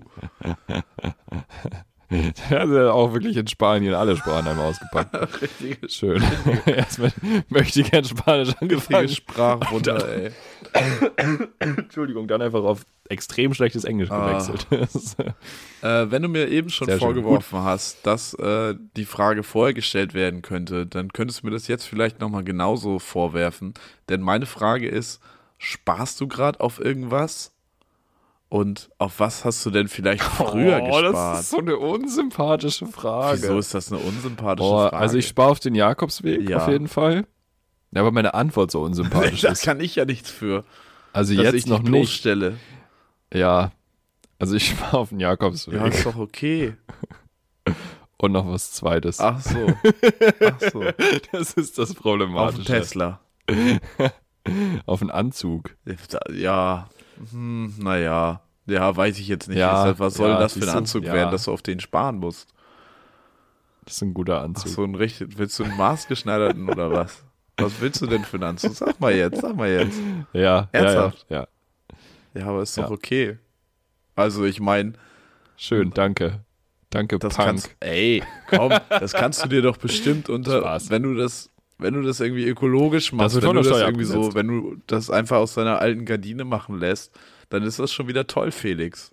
Der hat ja auch wirklich in Spanien alle Sprachen einmal ausgepackt. Richtige Schön. Erstmal möchte ich gern Spanisch angefangen. Sprachwunder, ey. Entschuldigung, dann einfach auf extrem schlechtes Englisch gewechselt. Wenn du mir eben schon Sehr schön. vorgeworfen hast, dass die Frage vorher gestellt werden könnte, dann könntest du mir das jetzt vielleicht nochmal genauso vorwerfen. Denn meine Frage ist, sparst du gerade auf irgendwas? Und auf was hast du denn vielleicht früher gespart? Das ist so eine unsympathische Frage. Wieso ist das eine unsympathische Frage? Also ich spare auf den Jakobsweg Ja. auf jeden Fall. Ja, aber meine Antwort so unsympathisch da ist. kann ich ja nichts für, Also dass jetzt ich noch dich nicht. bloßstelle. Ja. Also ich spare auf den Jakobsweg. Ja, ist doch okay. Und noch was Zweites. Ach so. Das ist das Auf den Problematische. Tesla. Auf einen Anzug. Ja, naja. Ja, weiß ich jetzt nicht. Ja, Was soll ja, das für ein siehst du? Anzug Ja. werden, dass du auf den sparen musst? Das ist ein guter Ach, Anzug. so ein richtig, willst du einen maßgeschneiderten oder was? Was willst du denn für einen Anzug? Sag mal jetzt. Ja, Ernsthaft? ja. Ja, aber ist doch Ja. okay. Also ich meine, Schön, danke. Danke, das Punk. das kannst du dir doch bestimmt Spaß. wenn du das irgendwie ökologisch machst, wird wenn von du der das Steuer irgendwie so, abgesetzt. wenn du das einfach aus deiner alten Gardine machen lässt, dann ist das schon wieder toll, Felix.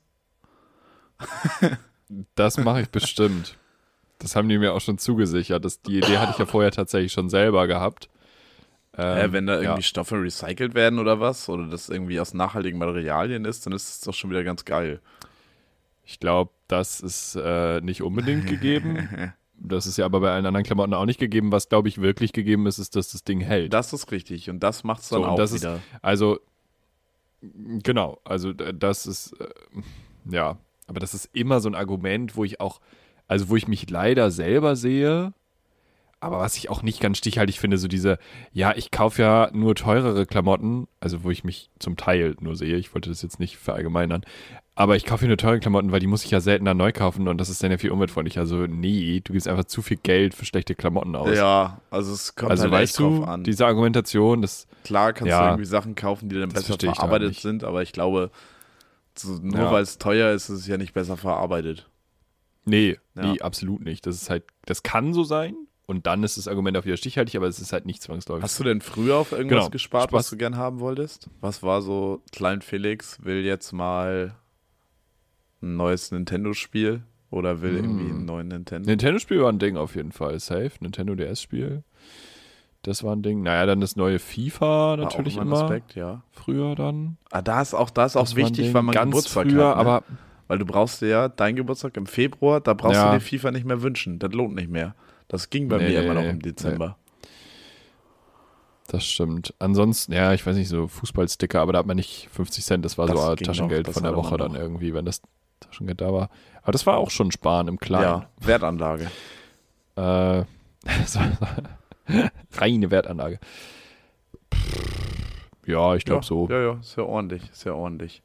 Das mache ich bestimmt. Das haben die mir auch schon zugesichert. Die Idee hatte ich ja vorher tatsächlich schon selber gehabt. Wenn da irgendwie ja. Stoffe recycelt werden oder was, oder das irgendwie aus nachhaltigen Materialien ist, dann ist es doch schon wieder ganz geil. Ich glaube, das ist nicht unbedingt gegeben. Das ist ja aber bei allen anderen Klamotten auch nicht gegeben. Was, glaube ich, wirklich gegeben ist, ist, dass das Ding hält. Das ist richtig und das macht es dann So, und auch das wieder. Also, genau. Also, das ist, ja. Aber das ist immer so ein Argument, wo ich mich leider selber sehe, aber was ich auch nicht ganz stichhaltig finde, so diese, ja, ich kaufe ja nur teurere Klamotten, also wo ich mich zum Teil nur sehe, ich wollte das jetzt nicht verallgemeinern, aber ich kaufe ja nur teure Klamotten, weil die muss ich ja seltener neu kaufen und das ist dann ja viel umweltfreundlicher. Also nee, du gibst einfach zu viel Geld für schlechte Klamotten aus. Ja, also es kommt also halt weißt echt du, drauf an. diese Argumentation, das, Klar kannst du Ja, irgendwie Sachen kaufen, die dann das besser verstehe ich halt verarbeitet nicht. sind, aber ich glaube, nur Ja. weil es teuer ist, ist es ja nicht besser verarbeitet. nee, Ja. absolut nicht. Das ist halt, das kann so sein und dann ist das Argument auch wieder stichhaltig, aber es ist halt nicht zwangsläufig. Hast du denn früher auf irgendwas Genau. gespart, Spaß. was du gern haben wolltest? Was war so, Klein Felix will jetzt mal ein neues Nintendo-Spiel Oder will irgendwie einen neuen Nintendo. Nintendo-Spiel war ein Ding auf jeden Fall. Safe. Nintendo DS-Spiel. Das war ein Ding. Naja, dann das neue FIFA natürlich auch immer. Aspekt, ja. Früher dann. Da ist auch wichtig, weil man ganz Geburtstag früher, hat. Ne? Aber weil du brauchst ja deinen Geburtstag im Februar, da brauchst du dir FIFA nicht mehr wünschen. Das lohnt nicht mehr. Das ging bei mir immer noch im Dezember. Das stimmt. Ansonsten, ja, ich weiß nicht, so Fußballsticker, aber da hat man nicht 50 Cent, das war so Taschengeld von der Woche dann irgendwie, wenn das Taschengeld da war. Aber das war auch schon Sparen im Kleinen. Ja, Wertanlage. Reine Wertanlage. Ja, ich glaube so. Ja, ist ja ordentlich.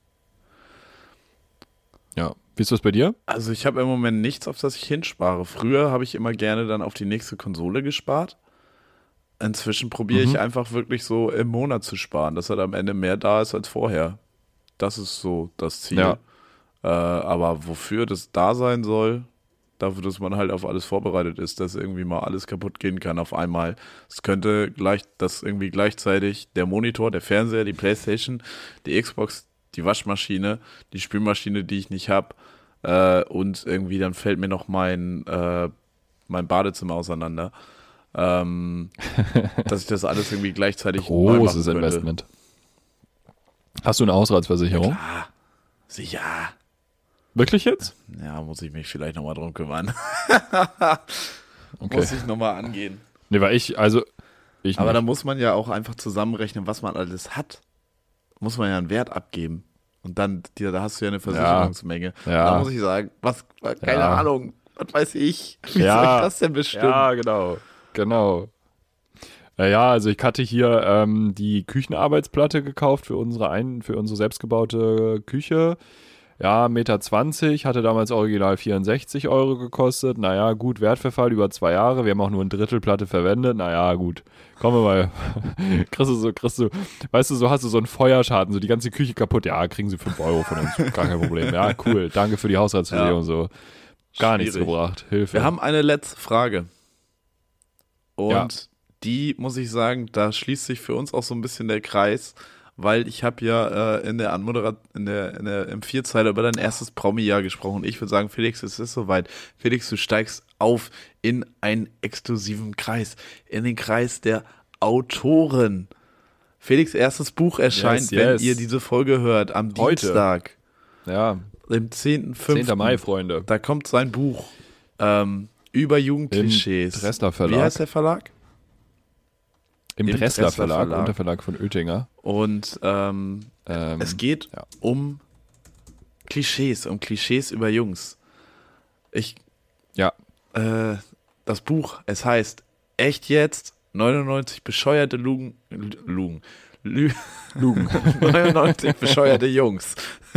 Ja. Wie ist das bei dir? Also ich habe im Moment nichts, auf das ich hinspare. Früher habe ich immer gerne dann auf die nächste Konsole gespart. Inzwischen probiere ich einfach wirklich so im Monat zu sparen, dass halt am Ende mehr da ist als vorher. Das ist so das Ziel. Ja. Aber wofür das da sein soll, dafür, dass man halt auf alles vorbereitet ist, dass irgendwie mal alles kaputt gehen kann auf einmal. Es könnte dass irgendwie gleichzeitig der Monitor, der Fernseher, die Playstation, die Xbox, die Waschmaschine, die Spülmaschine, die ich nicht habe, und irgendwie dann fällt mir noch mein Badezimmer auseinander. Dass ich das alles irgendwie gleichzeitig großes Investment. Hast du eine Hausratsversicherung? Ja, klar. Sicher. Wirklich jetzt? Ja, muss ich mich vielleicht nochmal drum kümmern. Okay. Muss ich nochmal angehen. Nee, weil ich Aber nicht. da muss man ja auch einfach zusammenrechnen, was man alles hat. Muss man ja einen Wert abgeben. Und dann, da hast du ja eine Versicherungsmenge. Ja. Da muss ich sagen, keine Ahnung, was weiß ich. Wie soll ich das denn bestimmen? Ja, genau. Naja, also ich hatte hier die Küchenarbeitsplatte gekauft für unsere selbstgebaute Küche. Ja, 1,20 Meter, hatte damals original 64 Euro gekostet. Naja, gut, Wertverfall über 2 Jahre. Wir haben auch nur ein Drittel Platte verwendet. Naja, gut. Kommen wir mal. Kriegst du, weißt du, so hast du so einen Feuerschaden, so die ganze Küche kaputt. Ja, kriegen sie 5 Euro von uns. Gar kein Problem. Ja, cool. Danke für die Haushaltsversicherung. So. Gar nichts gebracht. Hilfe. Wir haben eine letzte Frage. Und die, muss ich sagen, da schließt sich für uns auch so ein bisschen der Kreis, weil ich habe ja in der im Vierzeiler über dein erstes Promi-Jahr gesprochen. Ich würde sagen, Felix, es ist soweit. Felix, du steigst auf in einen exklusiven Kreis, in den Kreis der Autoren. Felix' erstes Buch erscheint, wenn ihr diese Folge hört, am Heute. Dienstag. Ja. Dem 10.5. 10. Mai, Freunde. Da kommt sein Buch über Jugendklischees. Im Dressler Verlag. Wie heißt der Verlag? Im Dressler Verlag, Unterverlag von Oettinger. Und es geht um Klischees über Jungs. Das Buch, es heißt Echt jetzt? 99 bescheuerte Lugen. 99 bescheuerte Jungs.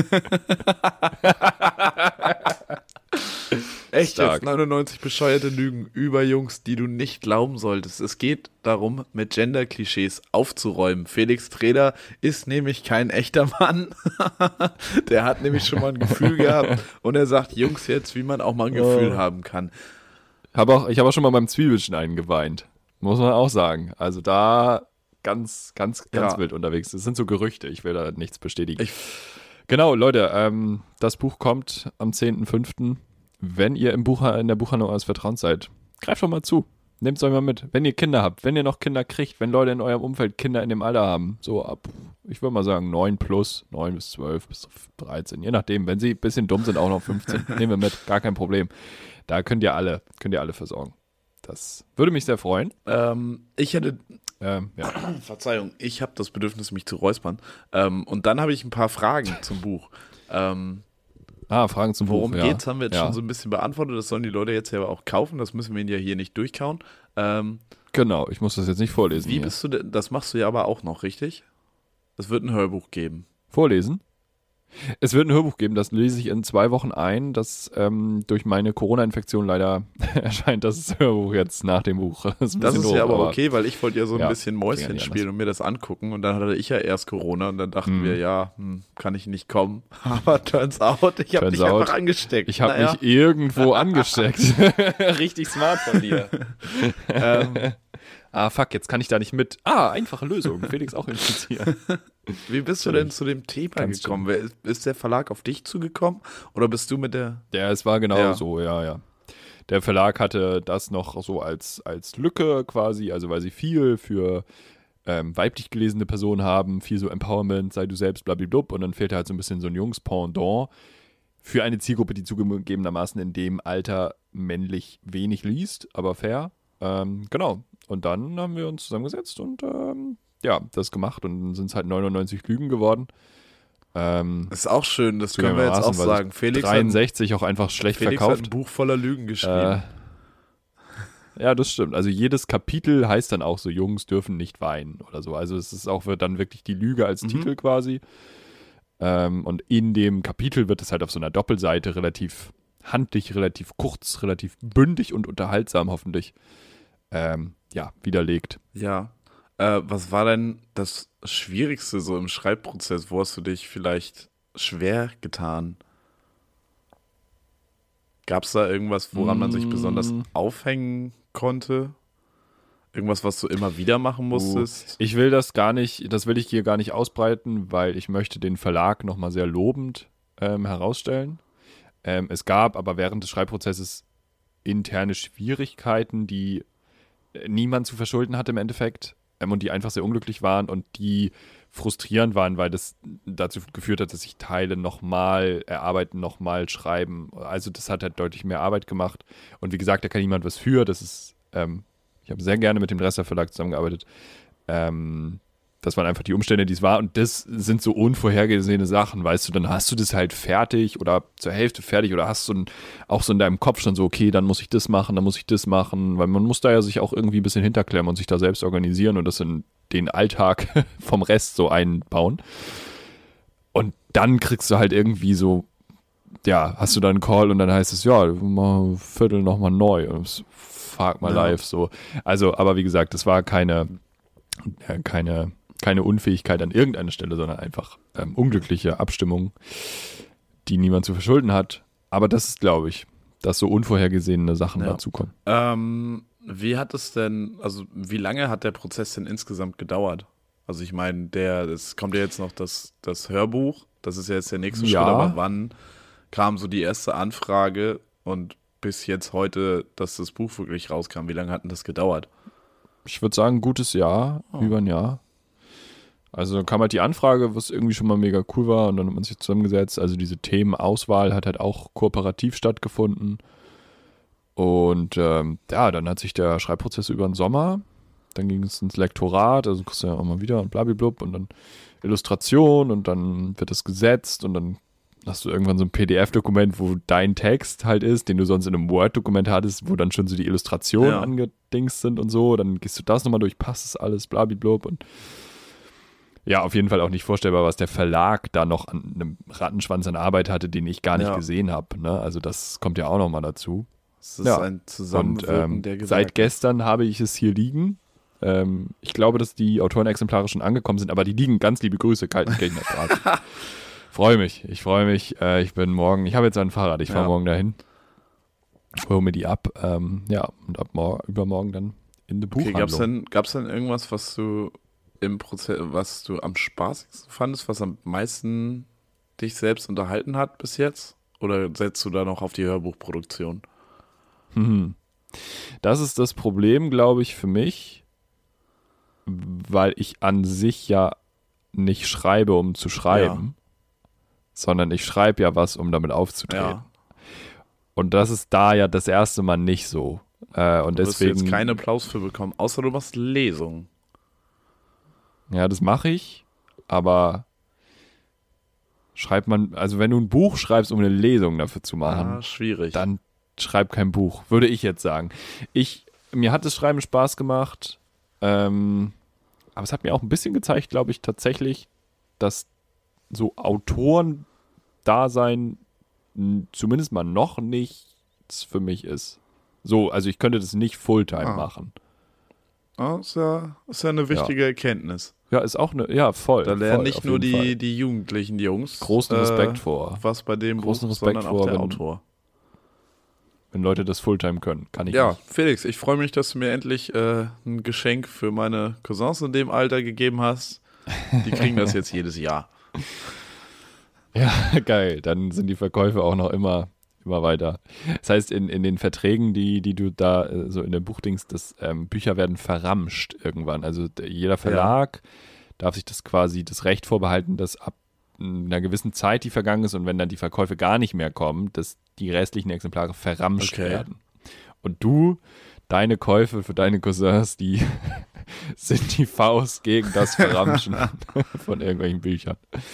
Echt Stark. jetzt 99 bescheuerte Lügen über Jungs, die du nicht glauben solltest. Es geht darum, mit Gender-Klischees aufzuräumen. Felix Treder ist nämlich kein echter Mann. Der hat nämlich schon mal ein Gefühl gehabt und er sagt Jungs jetzt, wie man auch mal ein Gefühl haben kann. Ich habe auch schon mal beim Zwiebelschneiden geweint. Muss man auch sagen. Also da ganz wild unterwegs. Das sind so Gerüchte. Ich will da nichts bestätigen. Genau, Leute, das Buch kommt am 10.5. Wenn ihr in der Buchhandlung eures Vertrauens seid, greift doch mal zu. Nehmt es euch mal mit. Wenn ihr Kinder habt, wenn ihr noch Kinder kriegt, wenn Leute in eurem Umfeld Kinder in dem Alter haben, so ab, ich würde mal sagen 9 bis 12 bis 13, je nachdem. Wenn sie ein bisschen dumm sind, auch noch 15. Nehmen wir mit, gar kein Problem. Da könnt ihr alle versorgen. Das würde mich sehr freuen. Ich hätte... Verzeihung, ich habe das Bedürfnis, mich zu räuspern. Und dann habe ich ein paar Fragen zum Buch. Fragen zum Buch. Worum geht's, haben wir jetzt schon so ein bisschen beantwortet. Das sollen die Leute jetzt ja auch kaufen. Das müssen wir ihnen ja hier nicht durchkauen. Genau, ich muss das jetzt nicht vorlesen. Wie bist du denn? Das machst du ja aber auch noch, richtig? Es wird ein Hörbuch geben. Vorlesen? Es wird ein Hörbuch geben, das lese ich in 2 Wochen ein. Das durch meine Corona-Infektion leider erscheint das Hörbuch jetzt nach dem Buch. Das ist doof, ja aber okay, weil ich wollte ja so ein bisschen Mäuschen spielen und mir das angucken. Und dann hatte ich ja erst Corona und dann dachten wir, kann ich nicht kommen. Aber turns out, ich habe mich einfach angesteckt. Ich habe mich irgendwo angesteckt. Richtig smart von dir. Ah, fuck, jetzt kann ich da nicht mit. Ah, einfache Lösung. Felix auch infizieren. Wie bist du denn zu dem Thema Ganz gekommen? Ist der Verlag auf dich zugekommen oder bist du mit der... Es war genau Ja. so, ja. Der Verlag hatte das noch so als Lücke quasi, also weil sie viel für weiblich gelesene Personen haben, viel so Empowerment, sei du selbst, blablabla, und dann fehlte halt so ein bisschen so ein Jungs-Pendant für eine Zielgruppe, die zugegebenermaßen in dem Alter männlich wenig liest, aber fair. Genau. Und dann haben wir uns zusammengesetzt und das gemacht und dann sind es halt 99 Lügen geworden. Ist auch schön, das können wir jetzt auch sagen. Felix 63 auch einfach schlecht Felix verkauft. hat ein Buch voller Lügen geschrieben. Ja, das stimmt. Also jedes Kapitel heißt dann auch so, Jungs dürfen nicht weinen oder so. Also es ist auch dann wirklich die Lüge als Titel quasi. Und in dem Kapitel wird es halt auf so einer Doppelseite relativ handlich, relativ kurz, relativ bündig und unterhaltsam hoffentlich widerlegt. Ja. Was war denn das Schwierigste so im Schreibprozess? Wo hast du dich vielleicht schwer getan? Gab es da irgendwas, woran man sich besonders aufhängen konnte? Irgendwas, was du immer wieder machen musstest? Ich will das will ich hier gar nicht ausbreiten, weil ich möchte den Verlag nochmal sehr lobend herausstellen. Es gab aber während des Schreibprozesses interne Schwierigkeiten, die niemand zu verschulden hatte im Endeffekt und die einfach sehr unglücklich waren und die frustrierend waren, weil das dazu geführt hat, dass sich Teile nochmal erarbeiten, nochmal schreiben. Also das hat halt deutlich mehr Arbeit gemacht. Und wie gesagt, da kann niemand was für. Das ist, ich habe sehr gerne mit dem Dresser Verlag zusammengearbeitet. Das waren einfach die Umstände, die es war. Und das sind so unvorhergesehene Sachen, weißt du, dann hast du das halt fertig oder zur Hälfte fertig oder hast du auch so in deinem Kopf schon so, okay, dann muss ich das machen, dann muss ich das machen, weil man muss da ja sich auch irgendwie ein bisschen hinterklemmen und sich da selbst organisieren und das in den Alltag vom Rest so einbauen. Und dann kriegst du halt irgendwie so, ja, hast du dann einen Call und dann heißt es, ja, mal Viertel nochmal neu. Frag mal live so. Also, aber wie gesagt, das war keine Unfähigkeit an irgendeiner Stelle, sondern einfach unglückliche Abstimmung, die niemand zu verschulden hat. Aber das ist, glaube ich, dass so unvorhergesehene Sachen dazukommen. Wie hat es denn, also wie lange hat der Prozess denn insgesamt gedauert? Also ich meine, es kommt ja jetzt noch das Hörbuch, das ist ja jetzt der nächste Schritt, aber wann kam so die erste Anfrage und bis jetzt heute, dass das Buch wirklich rauskam, wie lange hat denn das gedauert? Ich würde sagen, ein gutes Jahr, über ein Jahr. Also dann kam halt die Anfrage, was irgendwie schon mal mega cool war und dann hat man sich zusammengesetzt. Also diese Themenauswahl hat halt auch kooperativ stattgefunden. Und dann hat sich der Schreibprozess über den Sommer, dann ging es ins Lektorat, also kriegst du ja auch mal wieder und blablabla und dann Illustration und dann wird es gesetzt und dann hast du irgendwann so ein PDF-Dokument, wo dein Text halt ist, den du sonst in einem Word-Dokument hattest, wo dann schon so die Illustrationen angedingst sind und so, dann gehst du das nochmal durch, passt das alles, blablabla und ja, auf jeden Fall auch nicht vorstellbar, was der Verlag da noch an einem Rattenschwanz an Arbeit hatte, den ich gar nicht gesehen habe, ne? Also das kommt ja auch nochmal dazu. Das ist ein Zusammenwirken der gesagt. Seit gestern habe ich es hier liegen. Ich glaube, dass die Autorenexemplare schon angekommen sind, aber die liegen, ganz liebe Grüße, Kaltenkirchener Draht. Ich freue mich. Ich habe jetzt ein Fahrrad, ich fahre morgen dahin. Hole mir die ab, und übermorgen dann in die Buchhandlung. Gab es denn irgendwas, was du im Prozess, was du am spaßigsten fandest, was am meisten dich selbst unterhalten hat bis jetzt? Oder setzt du da noch auf die Hörbuchproduktion? Das ist das Problem, glaube ich, für mich, weil ich an sich ja nicht schreibe, um zu schreiben, sondern ich schreibe ja was, um damit aufzutreten. Ja. Und das ist da ja das erste Mal nicht so. Und deswegen wirst du jetzt keinen Applaus für bekommen, außer du machst Lesungen. Ja, das mache ich, aber wenn du ein Buch schreibst, um eine Lesung dafür zu machen, schwierig. Dann schreib kein Buch, würde ich jetzt sagen. Mir hat das Schreiben Spaß gemacht, aber es hat mir auch ein bisschen gezeigt, glaube ich, tatsächlich, dass so Autoren-Dasein zumindest mal noch nichts für mich ist. So, also ich könnte das nicht Fulltime machen. Ist ja eine wichtige Erkenntnis. Ja, ist auch voll. Da lernen nicht nur die Jugendlichen, die Jungs. Großen Respekt vor. Was bei dem Buch, sondern auch der Autor. wenn Leute das Fulltime können. Kann ich Ja, nicht. Felix, ich freue mich, dass du mir endlich ein Geschenk für meine Cousins in dem Alter gegeben hast. Die kriegen das jetzt jedes Jahr. Ja, geil. Dann sind die Verkäufe auch noch immer weiter. Das heißt, in den Verträgen, die du da so in dem Buchdings, Bücher werden verramscht irgendwann. Also jeder Verlag darf sich das Recht vorbehalten, dass ab einer gewissen Zeit, die vergangen ist und wenn dann die Verkäufe gar nicht mehr kommen, dass die restlichen Exemplare verramscht werden. Und deine Käufe für deine Cousins, die sind die Faust gegen das Verramschen von irgendwelchen Büchern.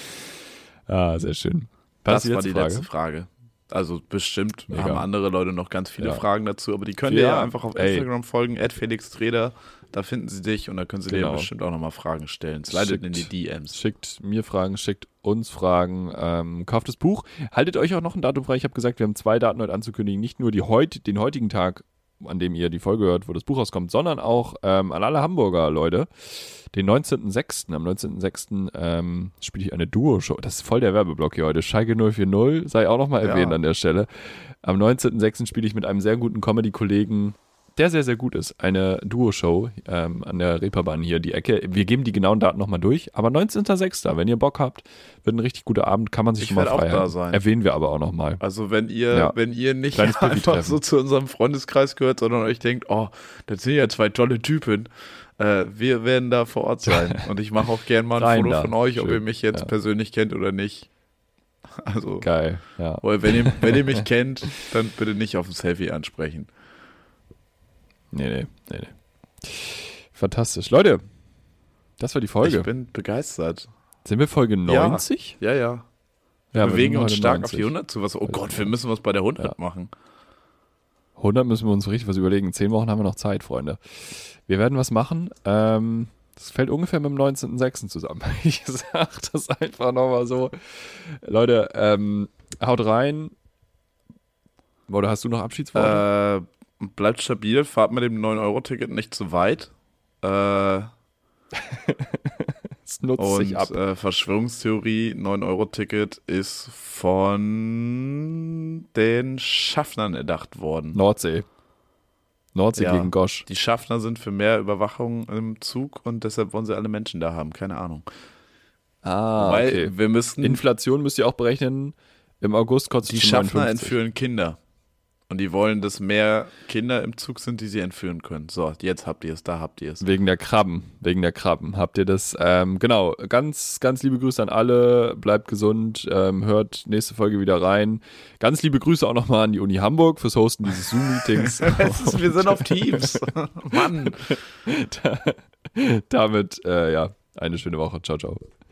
Ah, sehr schön. Das war die letzte Frage. Also bestimmt haben andere Leute noch ganz viele Fragen dazu, aber die können dir ja einfach auf Instagram folgen, @FelixTreder, da finden sie dich und da können sie dir bestimmt auch nochmal Fragen stellen. Slidet in die DMs. Schickt mir Fragen, schickt uns Fragen, kauft das Buch. Haltet euch auch noch ein Datum frei. Ich habe gesagt, wir haben 2 Daten heute anzukündigen. Nicht nur den heutigen Tag, an dem ihr die Folge hört, wo das Buch rauskommt, sondern auch an alle Hamburger Leute. Den 19.06. Am 19.06. Spiele ich eine Duo-Show. Das ist voll der Werbeblock hier heute. Schalke 040, sei auch nochmal erwähnt an der Stelle. Am 19.06. spiele ich mit einem sehr guten Comedy-Kollegen, der sehr, sehr gut ist, eine Duo-Show an der Reeperbahn hier die Ecke. Wir geben die genauen Daten nochmal durch. Aber 19.06., wenn ihr Bock habt, wird ein richtig guter Abend, kann man sich schon mal frei da sein. Erwähnen wir aber auch nochmal. Also wenn ihr nicht einfach so zu unserem Freundeskreis gehört, sondern euch denkt, oh, das sind ja 2 tolle Typen, wir werden da vor Ort sein. Und ich mache auch gerne mal ein Foto von euch, ob ihr mich jetzt persönlich kennt oder nicht. Also, geil, ja. Wenn ihr mich kennt, dann bitte nicht auf ein Selfie ansprechen. Nee. Fantastisch. Leute, das war die Folge. Ich bin begeistert. Sind wir Folge 90? Ja. Wir bewegen uns stark 90. Auf die 100 zu. Gott, wir müssen was bei der 100 machen. 100 müssen wir uns richtig was überlegen. 10 Wochen haben wir noch Zeit, Freunde. Wir werden was machen. Das fällt ungefähr mit dem 19.06. zusammen. Ich sag das einfach nochmal so. Leute, haut rein. Oder hast du noch Abschiedsworte? Bleibt stabil, fahrt mit dem 9-Euro-Ticket nicht zu weit. Es nutzt sich ab. Verschwörungstheorie, 9-Euro-Ticket ist von den Schaffnern erdacht worden. Nordsee gegen Gosch. Die Schaffner sind für mehr Überwachung im Zug und deshalb wollen sie alle Menschen da haben. Keine Ahnung. Okay. Wir müssten... Inflation müsst ihr auch berechnen. Im August kostet die Schaffner entführen Kinder. Und die wollen, dass mehr Kinder im Zug sind, die sie entführen können. So, jetzt habt ihr es, da habt ihr es. Wegen der Krabben habt ihr das. Genau, ganz, ganz liebe Grüße an alle. Bleibt gesund, hört nächste Folge wieder rein. Ganz liebe Grüße auch nochmal an die Uni Hamburg fürs Hosten dieses Zoom-Meetings. Wir sind auf Teams. Mann. Damit, eine schöne Woche. Ciao, ciao.